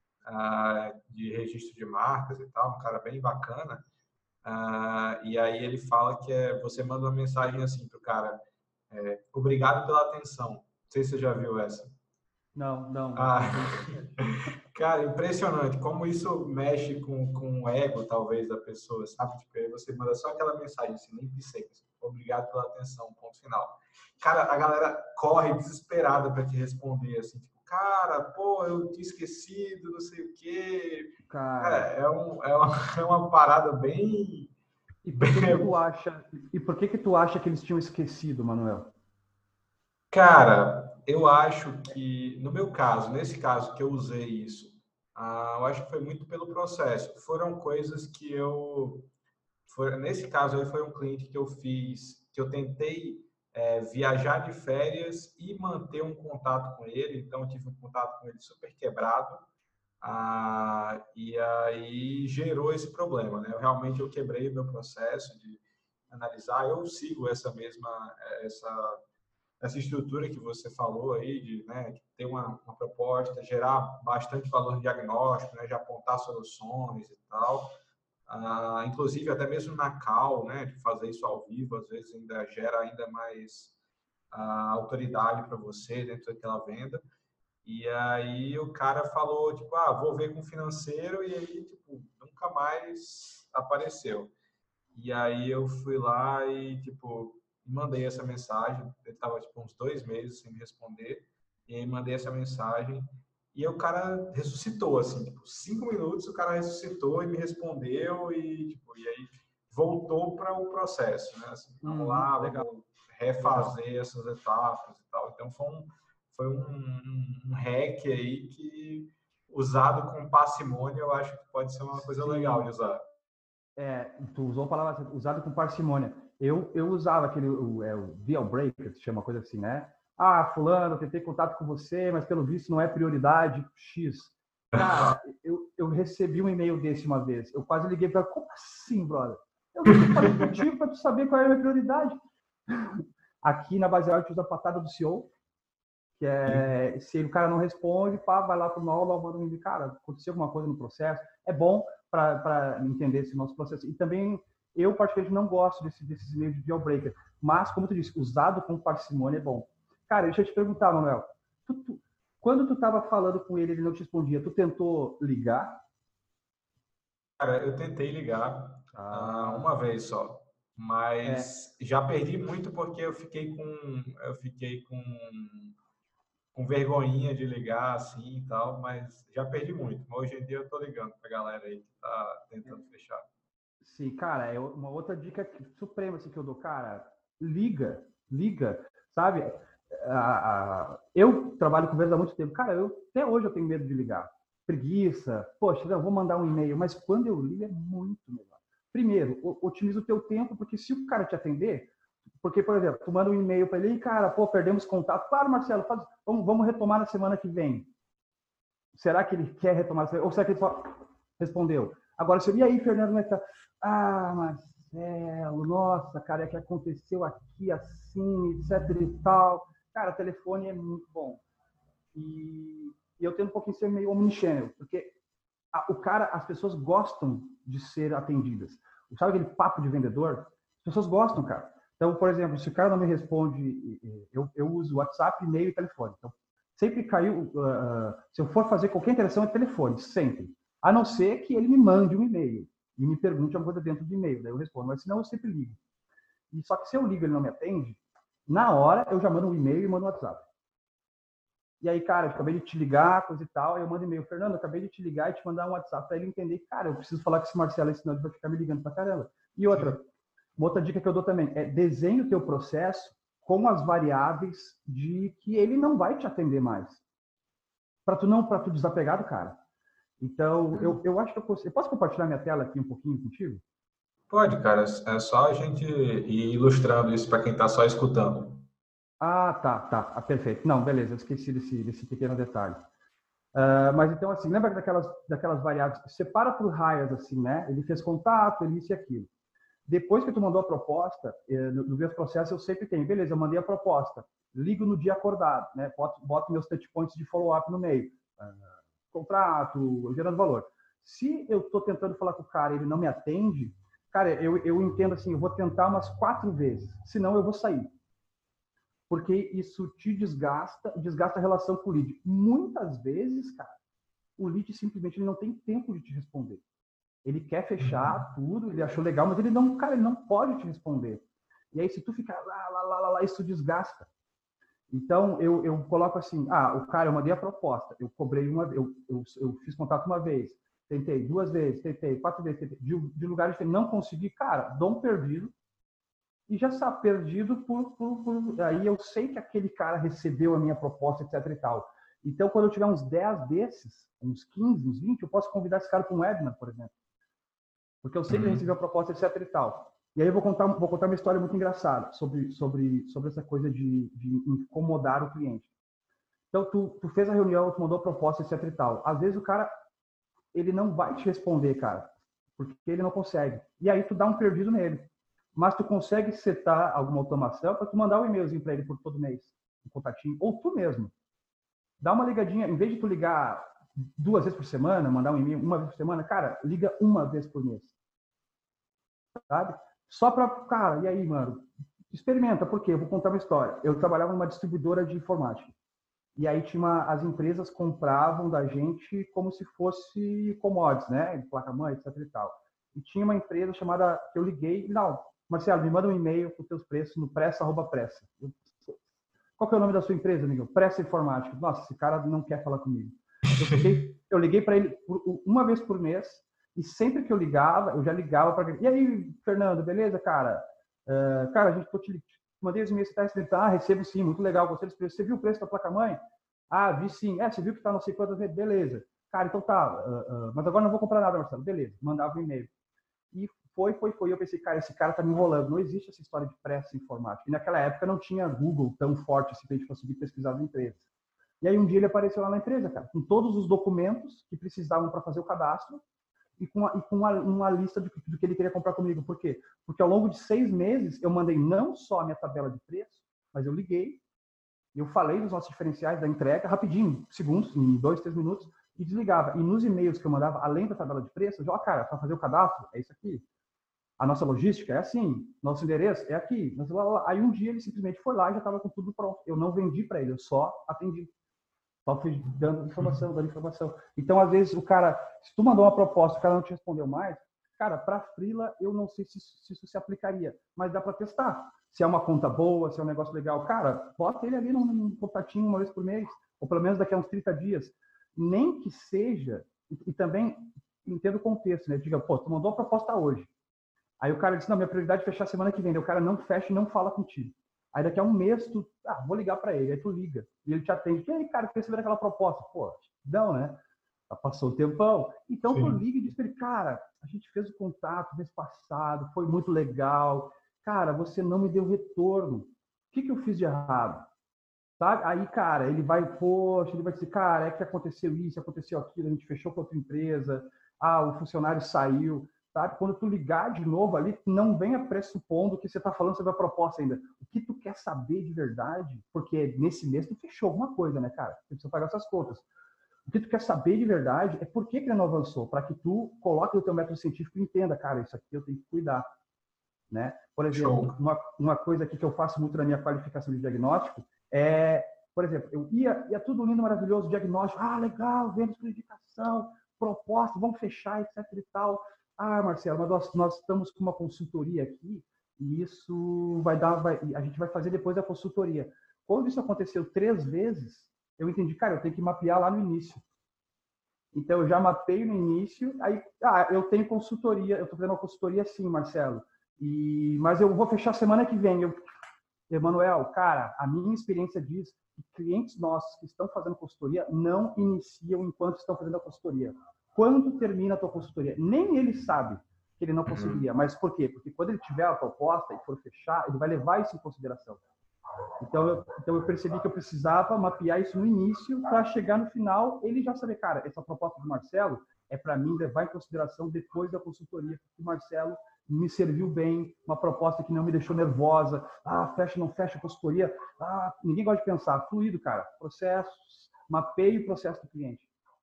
de registro de marcas e tal, um cara bem bacana. E aí ele fala que você manda uma mensagem assim pro cara, Obrigado pela atenção. Não sei se você já viu essa. Não. Cara, impressionante como isso mexe com o ego, talvez, da pessoa, sabe? Tipo, aí você manda só aquela mensagem assim, nem pensei, obrigado pela atenção, ponto final. Cara, a galera corre desesperada para te responder, assim, tipo, cara, pô, eu tinha esquecido, não sei o quê. Cara, é uma parada bem... E por que tu acha que eles tinham esquecido, Manuel? Cara, eu acho que, no meu caso, nesse caso que eu usei isso, eu acho que foi muito pelo processo. Foram coisas que nesse caso aí foi um cliente que eu fiz, que eu tentei viajar de férias e manter um contato com ele. Então, eu tive um contato com ele super quebrado. E aí gerou esse problema, né? Realmente eu quebrei o meu processo de analisar. Eu sigo essa estrutura que você falou aí, de ter uma proposta, gerar bastante valor diagnóstico, né, de apontar soluções e tal. Inclusive, até mesmo na call, né, de fazer isso ao vivo, às vezes ainda gera ainda mais autoridade para você dentro daquela venda. E aí o cara falou, tipo, vou ver com o financeiro, e aí, tipo, nunca mais apareceu. E aí eu fui lá e, tipo, mandei essa mensagem. Ele estava, tipo, uns 2 meses sem me responder. E aí mandei essa mensagem. E aí o cara ressuscitou, assim, tipo, 5 minutos o cara ressuscitou e me respondeu. E aí voltou para o processo, né? Assim, vamos lá, legal. vamos refazer essas etapas e tal. Então foi um hack aí que, usado com parcimônia, eu acho que pode ser uma coisa legal de usar. Tu usou a palavra usado com parcimônia. Eu usava aquele o deal breaker, se chama coisa assim, né? Fulano, tentei contato com você, mas pelo visto não é prioridade X. Cara, eu recebi um e-mail desse uma vez. Eu quase liguei para como assim, brother? Eu falei contigo para tu saber qual é a minha prioridade. Aqui na Baseal a gente usa a patada do CEO, que é, se o cara não responde, vai lá pro NOL, manda um e-mail, cara, aconteceu alguma coisa no processo. É bom para entender esse nosso processo. E também, eu particularmente não gosto desses e-mails de deal breaker, mas, como tu disse, usado com parcimônia é bom. Cara, deixa eu te perguntar, Manuel, quando tu estava falando com ele, ele não te respondia, tu tentou ligar? Cara, eu tentei ligar uma vez só, mas já perdi muito porque eu fiquei com vergonhinha de ligar assim e tal, mas já perdi muito. Mas hoje em dia eu tô ligando pra galera aí que tá tentando fechar. Sim, cara, é uma outra dica suprema assim, que eu dou, cara, liga, sabe? Eu trabalho com vendas há muito tempo, cara, até hoje eu tenho medo de ligar. Preguiça, poxa, eu vou mandar um e-mail, mas quando eu ligo é muito melhor. Primeiro, otimiza o teu tempo, porque se o cara te atender, porque, por exemplo, tu manda um e-mail para ele e, cara, perdemos contato. Claro, Marcelo, vamos retomar na semana que vem. Será que ele quer retomar? Ou será que ele só respondeu? Agora, e aí, Fernando, como é que tá? Marcelo, nossa, cara, é que aconteceu aqui assim, etc e tal. Cara, o telefone é muito bom. E eu tento um pouquinho ser meio omnichannel, porque as pessoas gostam de ser atendidas. Sabe aquele papo de vendedor? As pessoas gostam, cara. Então, por exemplo, se o cara não me responde, eu uso WhatsApp, e-mail e telefone. Então, sempre caiu, se eu for fazer qualquer interação, é telefone, sempre. A não ser que ele me mande um e-mail e me pergunte alguma coisa dentro do e-mail, daí eu respondo, mas senão eu sempre ligo. E só que se eu ligo e ele não me atende, na hora eu já mando um e-mail e mando um WhatsApp. E aí, cara, eu acabei de te ligar, coisa e tal, aí eu mando e-mail, Fernando, eu acabei de te ligar e te mandar um WhatsApp para ele entender que, cara, eu preciso falar com esse Marcelo, senão ele vai ficar me ligando pra caramba. E uma outra dica que eu dou também é desenhe o teu processo com as variáveis de que ele não vai te atender mais. Para tu desapegar do cara. Então, eu acho que eu posso compartilhar minha tela aqui um pouquinho contigo? Pode, cara. É só a gente ir ilustrando isso para quem está só escutando. Tá. Perfeito. Não, beleza, eu esqueci desse pequeno detalhe. Mas então, assim, lembra daquelas variáveis? Separa por raias, assim, né? Ele fez contato, ele isso e aquilo. Depois que tu mandou a proposta, no meu processo eu sempre tenho, beleza, eu mandei a proposta, ligo no dia acordado, né? Boto meus touch points de follow-up no meio. Contrato, gerando valor. Se eu estou tentando falar com o cara e ele não me atende, cara, eu entendo assim, eu vou tentar umas 4 vezes, senão eu vou sair. porque isso te desgasta a relação com o lead. Muitas vezes, cara, o lead simplesmente ele não tem tempo de te responder. Ele quer fechar tudo, ele achou legal, mas ele não pode te responder. E aí, se tu ficar lá, isso desgasta. Então, eu coloco assim, o cara, eu mandei a proposta, eu cobrei eu fiz contato uma vez, tentei 2 vezes, tentei 4 vezes, tentei, de lugares que não consegui, cara, dou um perdido, e já está perdido aí eu sei que aquele cara recebeu a minha proposta, etc e tal. Então, quando eu tiver uns 10 desses, uns 15, uns 20, eu posso convidar esse cara para um webinar, por exemplo. Porque eu sei que ele recebeu a proposta, etc e tal. E aí eu vou contar uma história muito engraçada sobre essa coisa de incomodar o cliente. Então, tu fez a reunião, tu mandou a proposta, etc e tal. Às vezes o cara, ele não vai te responder, cara, porque ele não consegue. E aí tu dá um perdido nele. Mas tu consegue setar alguma automação para tu mandar um e-mailzinho para ele por todo mês, um contatinho, ou tu mesmo. Dá uma ligadinha, em vez de tu ligar 2 vezes por semana, mandar um e-mail 1 vez por semana, cara, liga 1 vez por mês. Sabe? Só para, cara, e aí, mano? Experimenta, por quê? Eu vou contar uma história. Eu trabalhava numa distribuidora de informática. E aí as empresas compravam da gente como se fosse commodities, né? Placa-mãe, etc e tal. E tinha uma empresa chamada, que eu liguei, não, Marcelo, me manda um e-mail com os teus preços no pressa@pressa. Qual que é o nome da sua empresa, amigo? Pressa Informática. Nossa, esse cara não quer falar comigo. Eu liguei para ele 1 vez por mês, e sempre que eu ligava, eu já ligava para ele. E aí, Fernando, beleza, cara? Cara, a gente mandei os e-mails, você está recebendo? Recebo sim, muito legal, gostei dos preços. Você viu o preço da placa-mãe? Vi sim. Você viu que está não sei quantas vezes? Beleza. Cara, então tá, mas agora não vou comprar nada, Marcelo. Beleza, mandava um e-mail. E foi. Eu pensei, cara, esse cara tá me enrolando. Não existe essa história de pressa informática. E naquela época não tinha Google tão forte assim pra gente conseguir pesquisar as empresas. E aí um dia ele apareceu lá na empresa, cara, com todos os documentos que precisavam para fazer o cadastro e com uma lista do que ele queria comprar comigo. Por quê? Porque ao longo de 6 meses eu mandei não só a minha tabela de preço, mas eu liguei, eu falei dos nossos diferenciais da entrega, rapidinho, segundos, em 2, 3 minutos, e desligava. E nos e-mails que eu mandava, além da tabela de preço, eu já, cara, para fazer o cadastro, é isso aqui. A nossa logística é assim, nosso endereço é aqui. Aí um dia ele simplesmente foi lá e já estava com tudo pronto. Eu não vendi para ele, eu só atendi. Só fui dando informação. Então, às vezes, o cara, se tu mandou uma proposta, o cara não te respondeu mais, cara, para freela, eu não sei se isso se aplicaria, mas dá para testar. Se é uma conta boa, se é um negócio legal, cara, bota ele ali num contatinho 1 vez por mês, ou pelo menos daqui a uns 30 dias. Nem que seja, e também entenda o contexto, né? Diga, pô, tu mandou a proposta hoje. Aí o cara disse, não, minha prioridade é fechar semana que vem. Daí o cara não fecha e não fala contigo. Aí daqui a um mês, vou ligar para ele. Aí tu liga. E ele te atende. E aí, cara, quer saber daquela proposta? Pô, não, né? Já passou o tempão. Então, tu liga e diz para ele, cara, a gente fez o contato mês passado, foi muito legal. Cara, você não me deu retorno. O que eu fiz de errado? Sabe? Aí, cara, ele vai dizer, cara, é que aconteceu isso, aconteceu aquilo, a gente fechou com outra empresa, o funcionário saiu. Sabe? Quando tu ligar de novo ali, não venha pressupondo que você está falando sobre a proposta ainda. O que tu quer saber de verdade, porque nesse mês tu fechou alguma coisa, né, cara? Tu precisa pagar essas contas. O que tu quer saber de verdade é por que ele não avançou, para que tu coloque o teu método científico e entenda, cara, isso aqui eu tenho que cuidar. Né? Por exemplo, uma coisa aqui que eu faço muito na minha qualificação de diagnóstico é, por exemplo, eu ia tudo lindo, maravilhoso, diagnóstico, legal, vemos por indicação, proposta, vamos fechar, etc e tal. Marcelo, mas nós estamos com uma consultoria aqui e isso a gente vai fazer depois da consultoria. Quando isso aconteceu 3 vezes, eu entendi, cara, eu tenho que mapear lá no início. Então, eu já mapeio no início, aí, eu tenho consultoria, eu estou fazendo uma consultoria sim, Marcelo, mas eu vou fechar semana que vem. Emanuel, cara, a minha experiência diz que clientes nossos que estão fazendo consultoria não iniciam enquanto estão fazendo a consultoria. Quando termina a tua consultoria? Nem ele sabe que ele não conseguiria. Mas por quê? Porque quando ele tiver a proposta e for fechar, ele vai levar isso em consideração. Então eu percebi que eu precisava mapear isso no início para chegar no final, ele já saber, cara, essa proposta do Marcelo é para mim levar em consideração depois da consultoria, porque o Marcelo me serviu bem, uma proposta que não me deixou nervosa, fecha, não fecha a consultoria, ninguém gosta de pensar, fluido, cara, processos, mapeio o processo do cliente.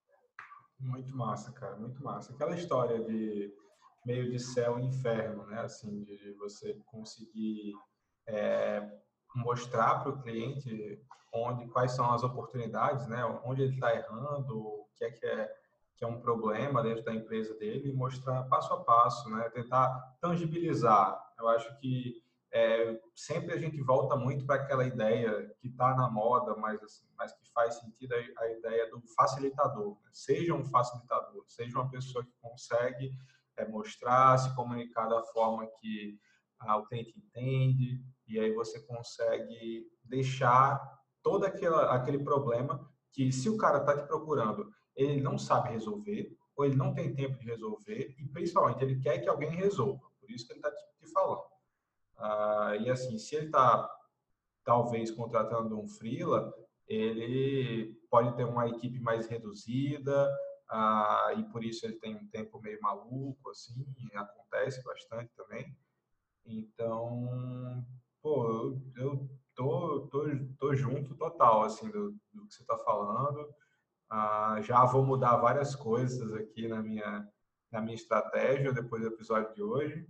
Muito massa, cara, muito massa. Aquela história de meio de céu e inferno, né? Assim, de você conseguir mostrar para o cliente quais são as oportunidades, né? Onde ele está errando, o que é um problema dentro da empresa dele, e mostrar passo a passo, né? Tentar tangibilizar. Eu acho que sempre a gente volta muito para aquela ideia que está na moda, mas que faz sentido, a ideia do facilitador. Né? Seja um facilitador, seja uma pessoa que consegue mostrar, se comunicar da forma que o cliente entende, e aí você consegue deixar todo aquele problema que, se o cara está te procurando, ele não sabe resolver, ou ele não tem tempo de resolver, e principalmente ele quer que alguém resolva. Por isso que ele está te falando. E assim, se ele está talvez contratando um freela, ele pode ter uma equipe mais reduzida, e por isso ele tem um tempo meio maluco, assim, acontece bastante também. Então, pô, eu tô junto total, assim, do que você está falando. Já vou mudar várias coisas aqui na minha estratégia depois do episódio de hoje.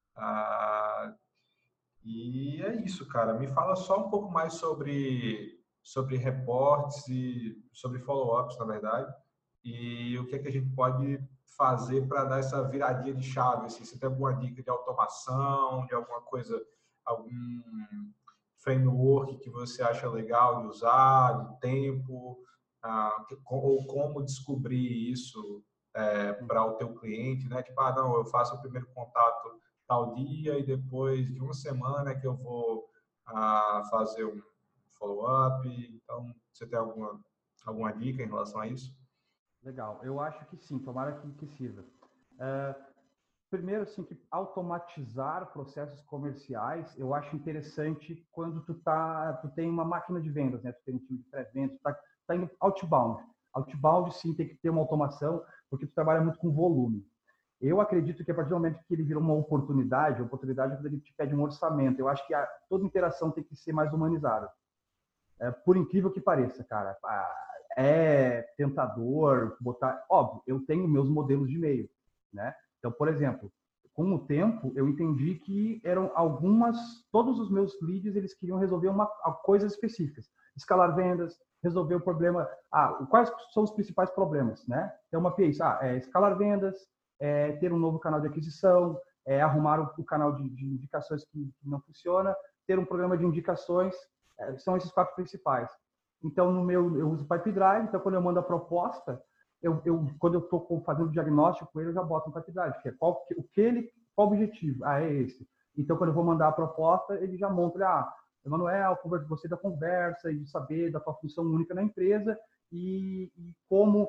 E é isso, cara. Me fala só um pouco mais sobre reportes e sobre follow-ups, na verdade, e o que é que a gente pode fazer para dar essa viradinha de chave. Assim, você tem alguma dica de automação, de alguma coisa, algum framework que você acha legal de usar, de tempo, ou como descobrir isso para o teu cliente, né? Tipo, não, eu faço o primeiro contato tal dia e depois de uma semana que eu vou fazer um follow-up. Então, você tem alguma dica em relação a isso? Legal, eu acho que sim, tomara que sirva. Primeiro, assim, que automatizar processos comerciais, eu acho interessante quando tu tem uma máquina de vendas, né? Tu tem um time de pré-vendas, tu tá indo outbound. Outbound, sim, tem que ter uma automação, porque tu trabalha muito com volume. Eu acredito que a partir do momento que ele virou uma oportunidade é quando ele te pede um orçamento. Eu acho que toda interação tem que ser mais humanizada. Por incrível que pareça, cara, é tentador botar... Óbvio, eu tenho meus modelos de e-mail, né? Então, por exemplo, com o tempo, eu entendi que eram todos os meus leads, eles queriam resolver coisas específicas. Escalar vendas, resolver o problema... quais são os principais problemas, né? Então, uma PI, escalar vendas, ter um novo canal de aquisição, arrumar o canal de indicações que não funciona, ter um programa de indicações, são esses 4 principais. Então, eu uso o Pipedrive, então quando eu mando a proposta, quando eu estou fazendo o diagnóstico com ele, eu já boto no Pipedrive, que é qual o objetivo? É esse. Então, quando eu vou mandar a proposta, ele já monta, Emanuel, gostei da conversa e de saber da tua função única na empresa e como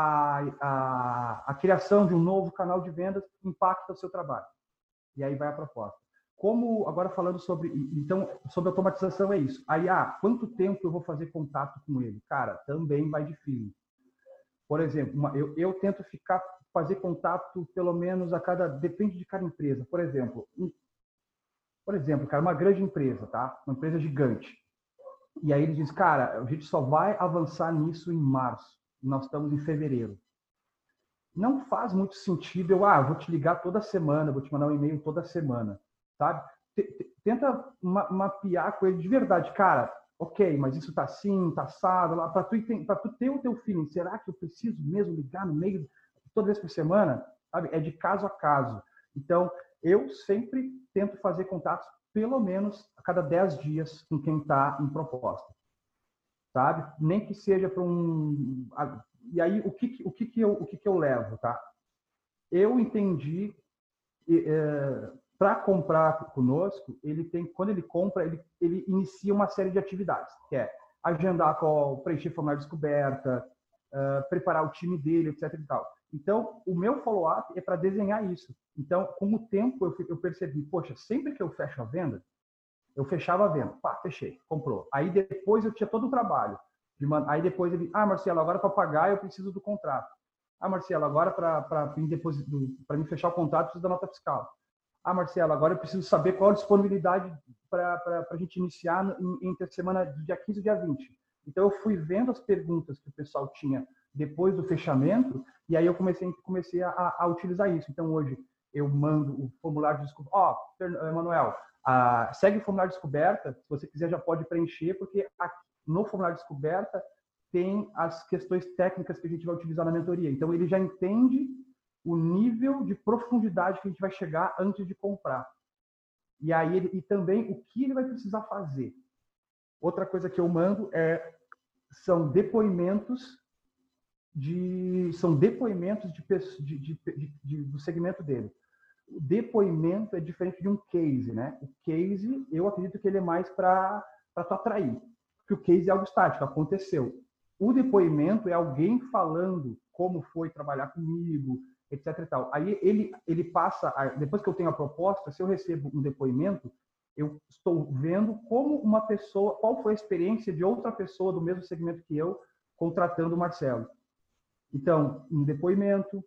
a criação de um novo canal de vendas impacta o seu trabalho. E aí vai a proposta. Agora falando sobre automatização é isso. Aí, quanto tempo eu vou fazer contato com ele? Cara, também vai de feeling. Por exemplo, eu tento fazer contato pelo menos depende de cada empresa. Por exemplo, cara, uma grande empresa, tá? Uma empresa gigante. E aí ele diz, cara, a gente só vai avançar nisso em março. Nós estamos em fevereiro. Não faz muito sentido vou te ligar toda semana, vou te mandar um e-mail toda semana, sabe? Tenta mapear com ele de verdade, cara, ok, mas isso tá assim, tá assado, para tu ter o teu feeling, será que eu preciso mesmo ligar no meio, toda vez por semana? Sabe? É de caso a caso. Então, eu sempre tento fazer contatos pelo menos a cada 10 dias com quem está em proposta, sabe? Nem que seja para E aí, o que eu levo, tá? Eu entendi, para comprar conosco, quando ele compra, ele inicia uma série de atividades, que é agendar call, preencher formulário de descoberta, preparar o time dele, etc. e tal. Então, o meu follow-up é para desenhar isso. Então, com o tempo, eu percebi, poxa, sempre que eu fecho a venda, eu fechava a venda, fechei, comprou. Aí depois eu tinha todo o trabalho. Aí depois ele, Marcelo, agora para pagar eu preciso do contrato. Marcelo, agora para mim fechar o contrato, eu preciso da nota fiscal. Marcelo, agora eu preciso saber qual a disponibilidade para a gente iniciar entre a semana do dia 15 e dia 20. Então, eu fui vendo as perguntas que o pessoal tinha depois do fechamento, e aí eu comecei a utilizar isso. Então, hoje, eu mando o formulário de desculpa. Emanuel, Segue o formulário de descoberta, se você quiser já pode preencher, porque no formulário de descoberta tem as questões técnicas que a gente vai utilizar na mentoria. Então, ele já entende o nível de profundidade que a gente vai chegar antes de comprar. E aí e também o que ele vai precisar fazer. Outra coisa que eu mando são depoimentos do segmento dele. O depoimento é diferente de um case, né? O case, eu acredito que ele é mais para tu atrair, porque o case é algo estático, aconteceu. O depoimento é alguém falando como foi trabalhar comigo, etc e tal. Aí ele passa, depois que eu tenho a proposta, se eu recebo um depoimento, eu estou vendo como uma pessoa, qual foi a experiência de outra pessoa do mesmo segmento que eu, contratando o Marcelo. Então, um depoimento,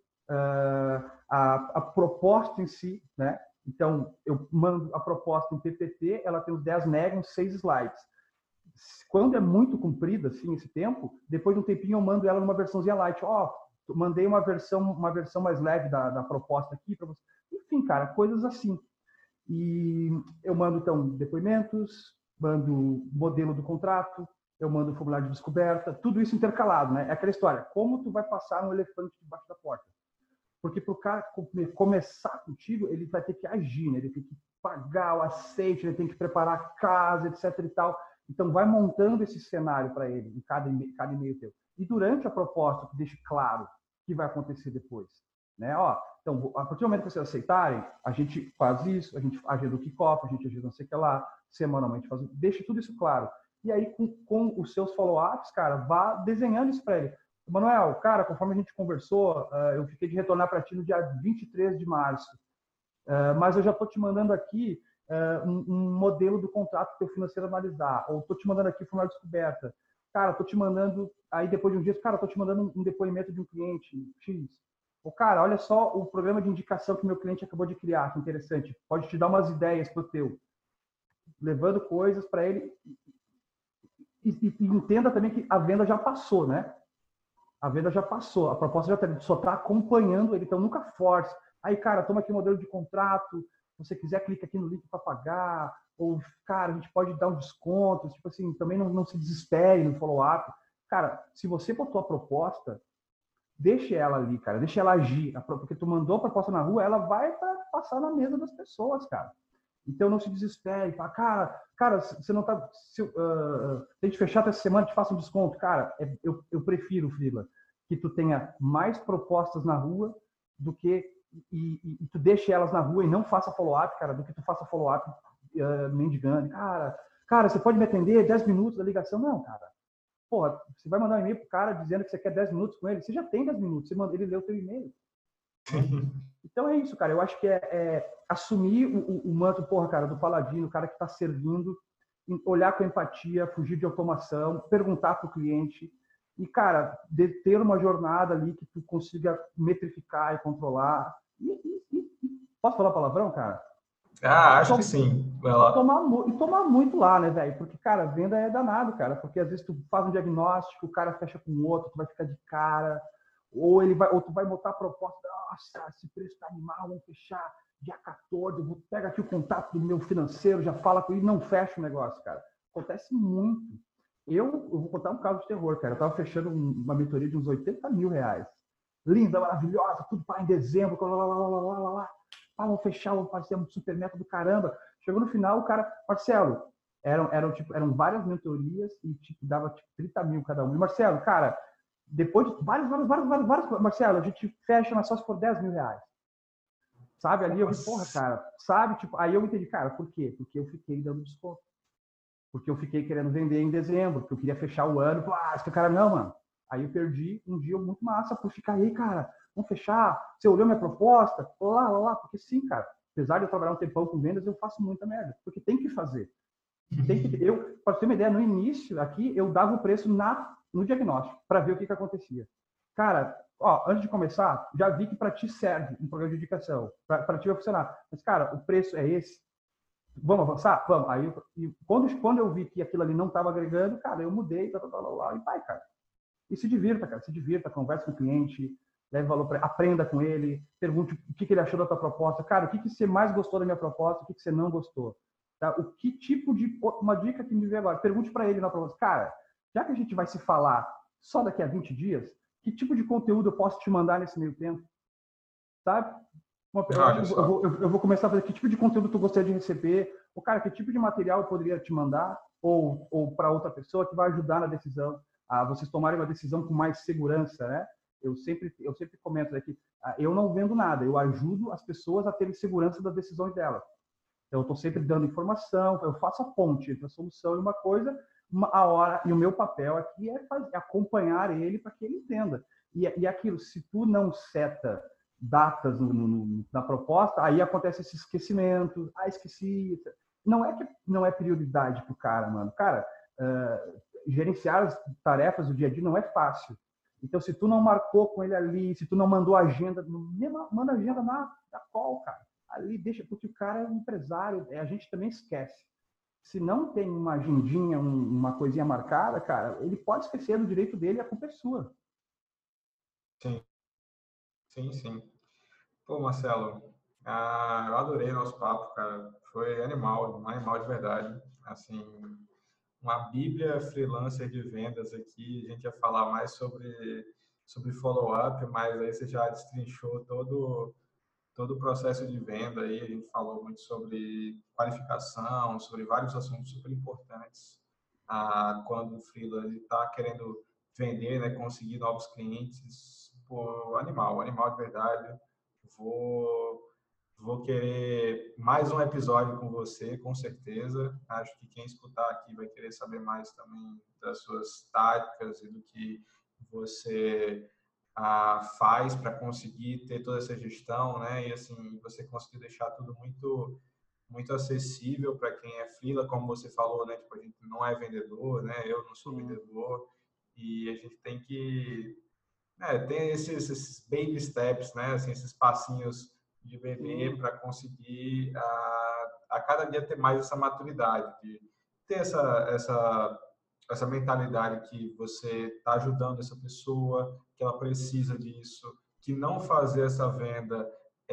a proposta em si, né? Então, eu mando a proposta em PPT, ela tem os 10 megas, 6 slides. Quando é muito comprida, assim, esse tempo, depois de um tempinho eu mando ela numa versãozinha light. Mandei uma versão mais leve da proposta aqui para você. Enfim, cara, coisas assim. E eu mando, então, depoimentos, mando modelo do contrato, eu mando o formulário de descoberta, tudo isso intercalado, né? É aquela história, como tu vai passar um elefante debaixo da porta? Porque para o cara começar contigo, ele vai ter que agir, né? Ele tem que pagar o aceite, ele tem que preparar a casa, etc e tal. Então, vai montando esse cenário para ele, em cada e-mail teu. E durante a proposta, tu deixa claro o que vai acontecer depois. Né? Então, a partir do momento que vocês aceitarem, a gente faz isso, a gente agenda o kickoff, a gente agenda não sei o que lá, semanalmente faz. Deixa tudo isso claro. E aí, com os seus follow-ups, cara, vá desenhando isso para ele. Manuel, cara, conforme a gente conversou, eu fiquei de retornar para ti no dia 23 de março. Mas eu já estou te mandando aqui um modelo do contrato que o financeiro analisar, ou estou te mandando aqui formulário de descoberta. Cara, estou te mandando, aí depois de um dia, cara, estou te mandando um depoimento de um cliente X. Ou, cara, olha só o programa de indicação que meu cliente acabou de criar, que interessante. Pode te dar umas ideias para o teu. Levando coisas para ele. E entenda também que a venda já passou, né? A venda já passou, a proposta já só está acompanhando ele, então nunca force. Aí, cara, toma aqui o modelo de contrato, se você quiser, clica aqui no link para pagar, ou, cara, a gente pode dar um desconto, tipo assim, também não se desespere no follow-up. Cara, se você botou a proposta, deixe ela ali, cara, deixe ela agir, porque tu mandou a proposta na rua, ela vai passar na mesa das pessoas, cara. Então não se desespere, fala, cara, você não tá, se a gente fechar até essa semana, te faça um desconto, cara. Eu prefiro, Frila, que tu tenha mais propostas na rua do que e tu deixe elas na rua e não faça follow-up, cara, do que tu faça follow-up mendigando. Cara, você pode me atender 10 minutos da ligação? Não, cara. Porra, você vai mandar um e-mail pro cara dizendo que você quer 10 minutos com ele, você já tem 10 minutos, ele leu o teu e-mail. Então é isso, cara. Eu acho que é assumir o manto, porra, cara, do paladino, o cara que está servindo, olhar com empatia, fugir de automação, perguntar para o cliente e, cara, ter uma jornada ali que tu consiga metrificar e controlar. Posso falar palavrão, cara? Acho que sim. Vai lá. E tomar muito lá, né, velho? Porque, cara, venda é danado, cara. Porque às vezes tu faz um diagnóstico, o cara fecha com o outro, tu vai ficar de cara. Ou tu vai botar a proposta, nossa, esse preço tá animal, vamos fechar dia 14, eu pego aqui o contato do meu financeiro, já fala com ele, não fecha o negócio, cara. Acontece muito. Eu vou contar um caso de terror, cara. Eu tava fechando uma mentoria de uns 80 mil reais. Linda, maravilhosa, tudo para em dezembro, lá. Vamos fechar, vamos fazer um super meta do caramba. Chegou no final, o cara, Marcelo, eram várias mentorias e dava 30 mil cada um. E Marcelo, cara, depois de vários, Marcelo, a gente fecha, mas só se for 10 mil reais. Sabe? Ali eu vi, porra, cara, sabe? Aí eu entendi, cara, por quê? Porque eu fiquei dando desconto. Porque eu fiquei querendo vender em dezembro, porque eu queria fechar o ano. Esse cara, não, mano. Aí eu perdi um dia muito massa por ficar aí, cara, vamos fechar. Você olhou minha proposta? Lá. Porque sim, cara, apesar de eu trabalhar um tempão com vendas, eu faço muita merda. Porque tem que fazer. Para ter uma ideia, no início aqui, eu dava o preço no diagnóstico, para ver o que acontecia. Cara, antes de começar, já vi que para ti serve um programa de indicação. Para ti vai funcionar. Mas, cara, o preço é esse. Vamos avançar? Vamos. Aí, quando eu vi que aquilo ali não estava agregando, cara, eu mudei, e vai, cara. E se divirta, cara. Se divirta, conversa com o cliente, leve valor para ele, aprenda com ele, pergunte o que ele achou da tua proposta. Cara, o que você mais gostou da minha proposta, o que você não gostou. Tá? O que tipo de... Uma dica que me veio agora, pergunte para ele na prova, cara, já que a gente vai se falar só daqui a 20 dias, que tipo de conteúdo eu posso te mandar nesse meio tempo? Sabe? Eu vou começar a fazer que tipo de conteúdo tu gostaria de receber, ou cara, que tipo de material eu poderia te mandar, ou para outra pessoa que vai ajudar na decisão, a vocês tomarem uma decisão com mais segurança, né? Eu sempre comento aqui, eu não vendo nada, eu ajudo as pessoas a terem segurança das decisões delas. Então, eu estou sempre dando informação, eu faço a ponte entre a solução e uma coisa, e o meu papel aqui é acompanhar ele para que ele entenda. E aquilo, se tu não seta datas na proposta, aí acontece esse esquecimento, esqueci. Não é que não é prioridade para o cara, mano. Cara, gerenciar as tarefas do dia a dia não é fácil. Então, se tu não marcou com ele ali, se tu não mandou agenda, manda agenda na call, cara. Ali deixa, porque o cara é um empresário, a gente também esquece. Se não tem uma agendinha, uma coisinha marcada, cara, ele pode esquecer do direito dele e a culpa é sua. Sim. Pô, Marcelo, eu adorei nosso papo, cara. Foi animal de verdade. Assim, uma bíblia freelancer de vendas aqui. A gente ia falar mais sobre follow-up, mas aí você já destrinchou todo o processo de venda aí. A gente falou muito sobre qualificação, sobre vários assuntos super importantes. Quando o freelancer está querendo vender, né, conseguir novos clientes. Pô, animal de verdade. Vou querer mais um episódio com você, com certeza. Acho que quem escutar aqui vai querer saber mais também das suas táticas e do que você faz para conseguir ter toda essa gestão, né? E assim, você conseguir deixar tudo muito acessível para quem é freela, como você falou, né? Tipo, a gente não é vendedor, né? Eu não sou vendedor e a gente tem que tem esses baby steps, né? Assim, esses passinhos de bebê para conseguir a cada dia ter mais essa maturidade, de ter essa mentalidade que você está ajudando essa pessoa, que ela precisa disso, que não fazer essa venda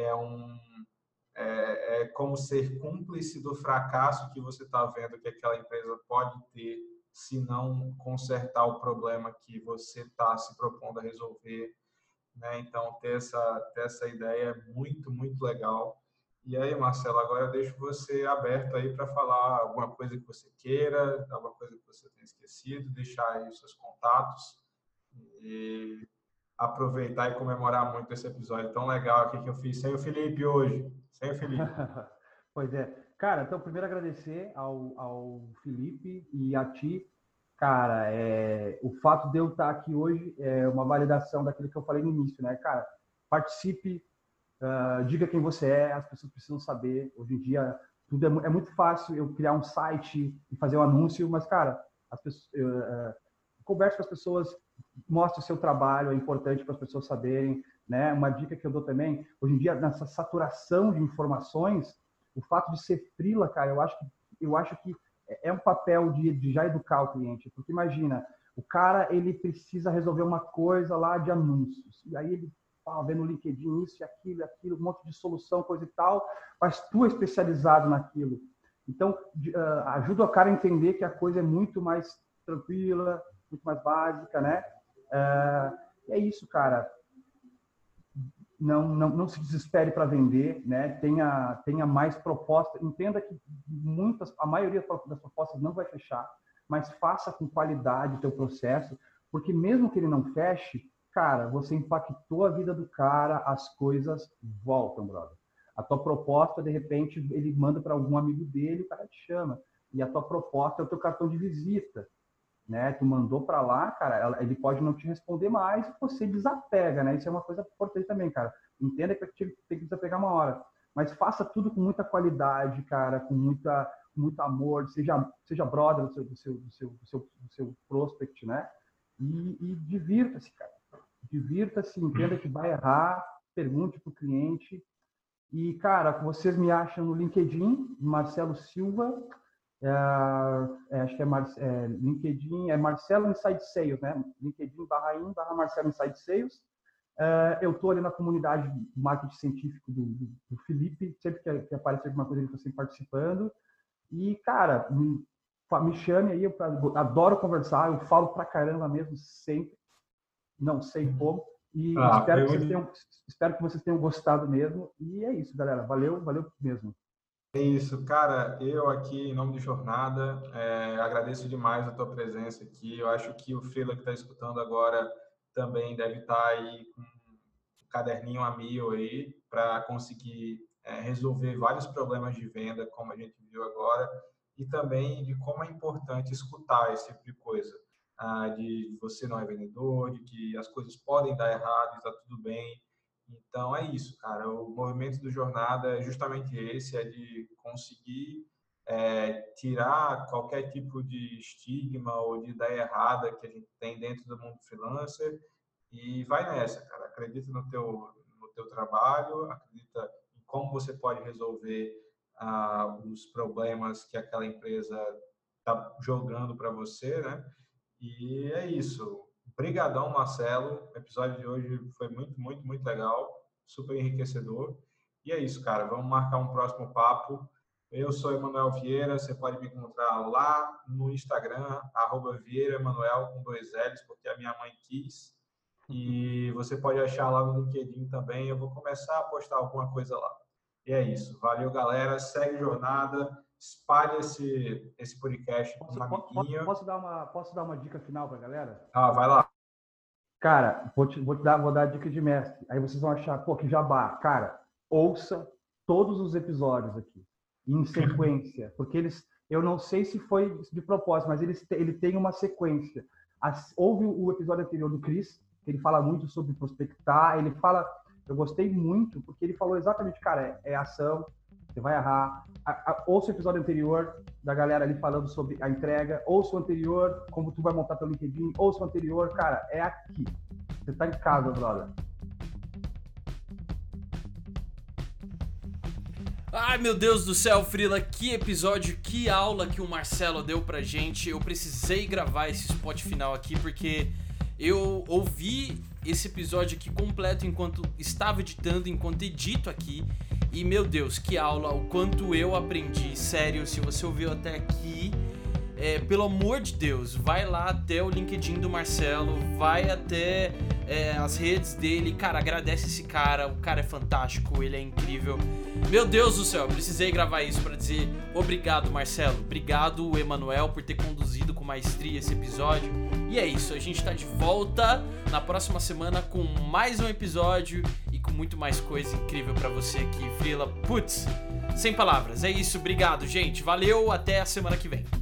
é como ser cúmplice do fracasso que você está vendo que aquela empresa pode ter se não consertar o problema que você está se propondo a resolver, né? Então, ter essa ideia é muito legal. E aí, Marcelo, agora eu deixo você aberto aí para falar alguma coisa que você queira, alguma coisa que você tenha esquecido, deixar aí os seus contatos e aproveitar e comemorar muito esse episódio tão legal aqui que eu fiz sem o Felipe hoje. Sem o Felipe. Pois é. Cara, então, primeiro agradecer ao Felipe e a ti. Cara, o fato de eu estar aqui hoje é uma validação daquilo que eu falei no início, né? Cara, participe, diga quem você é, as pessoas precisam saber. Hoje em dia, tudo é muito fácil eu criar um site e fazer um anúncio, mas, cara, as pessoas, converse com as pessoas, mostre o seu trabalho, é importante para as pessoas saberem, né? Uma dica que eu dou também, hoje em dia, nessa saturação de informações, o fato de ser freela, cara, eu acho que é um papel de já educar o cliente, porque imagina, o cara, ele precisa resolver uma coisa lá de anúncios, e aí ele vê no LinkedIn isso e aquilo, um monte de solução, coisa e tal, mas tu é especializado naquilo. Então, ajuda o cara a entender que a coisa é muito mais tranquila, muito mais básica, né? É isso, cara. Não se desespere para vender, né? Tenha mais proposta. Entenda que a maioria das propostas não vai fechar, mas faça com qualidade o teu processo, porque mesmo que ele não feche, cara, você impactou a vida do cara, as coisas voltam, brother. A tua proposta, de repente, ele manda para algum amigo dele, o cara te chama. E a tua proposta é o teu cartão de visita, né? Tu mandou para lá, cara, ele pode não te responder mais, você desapega, né? Isso é uma coisa importante também, cara. Entenda que tem que desapegar uma hora, mas faça tudo com muita qualidade, cara, com muito amor, seja brother do seu prospect, né? E divirta-se, cara. Divirta-se, entenda que vai errar, pergunte pro cliente. E, cara, vocês me acham no LinkedIn, Marcelo Silva. Acho que LinkedIn, Marcelo Inside Sales, né? LinkedIn/in/, Marcelo Inside Sales. Eu estou ali na comunidade do marketing científico do Felipe, sempre que aparecer alguma coisa ele está sempre participando. E, cara, me chame aí, eu adoro conversar, eu falo pra caramba mesmo, sempre, não sei como. E espero que vocês tenham gostado mesmo. E é isso, galera. Valeu mesmo. É isso, cara. Eu aqui, em nome de Jornada, agradeço demais a tua presença aqui. Eu acho que o Freela que está escutando agora também deve estar aí com um caderninho a mil aí para conseguir resolver vários problemas de venda, como a gente viu agora, e também de como é importante escutar esse tipo de coisa. De você não é vendedor, de que as coisas podem dar errado e está tudo bem. Então é isso, cara. O movimento do Jornada é justamente esse, é de conseguir tirar qualquer tipo de estigma ou de ideia errada que a gente tem dentro do mundo freelancer e vai nessa, cara. Acredita no teu trabalho, acredita em como você pode resolver os problemas que aquela empresa está jogando para você, né? E é isso. Obrigadão, Marcelo. O episódio de hoje foi muito, muito, muito legal, super enriquecedor. E é isso, cara. Vamos marcar um próximo papo. Eu sou Emanuel Vieira. Você pode me encontrar lá no Instagram, @VieiraEmanuel com 2 L's, porque a minha mãe quis. E você pode achar lá no LinkedIn também. Eu vou começar a postar alguma coisa lá. E é isso. Valeu, galera. Segue Jornada. Espalhe esse podcast com um amiguinho. Posso dar uma dica final para a galera? Vai lá. Cara, vou dar a dica de mestre. Aí vocês vão achar, pô, que jabá. Cara, ouça todos os episódios aqui, em sequência. Porque eu não sei se foi de propósito, mas ele tem uma sequência. Houve o episódio anterior do Chris, que ele fala muito sobre prospectar. Eu gostei muito, porque ele falou exatamente, cara, é ação. Você vai errar. Ouça o episódio anterior da galera ali falando sobre a entrega. Ouça o anterior, como tu vai montar teu LinkedIn. Ouça o anterior. Cara, é aqui. Você tá em casa, brother. Ai, meu Deus do céu, Freela, que episódio, que aula que o Marcelo deu pra gente. Eu precisei gravar esse spot final aqui, porque eu ouvi esse episódio aqui completo enquanto estava editando, enquanto edito aqui. E, meu Deus, que aula, o quanto eu aprendi. Sério, se você ouviu até aqui, pelo amor de Deus, vai lá até o LinkedIn do Marcelo, vai até as redes dele. Cara, agradece esse cara, o cara é fantástico, ele é incrível. Meu Deus do céu, eu precisei gravar isso pra dizer obrigado, Marcelo. Obrigado, Emanuel, por ter conduzido com maestria esse episódio. E é isso, a gente tá de volta na próxima semana com mais um episódio e com muito mais coisa incrível pra você aqui, Freela. Putz, sem palavras, é isso, obrigado, gente. Valeu, até a semana que vem.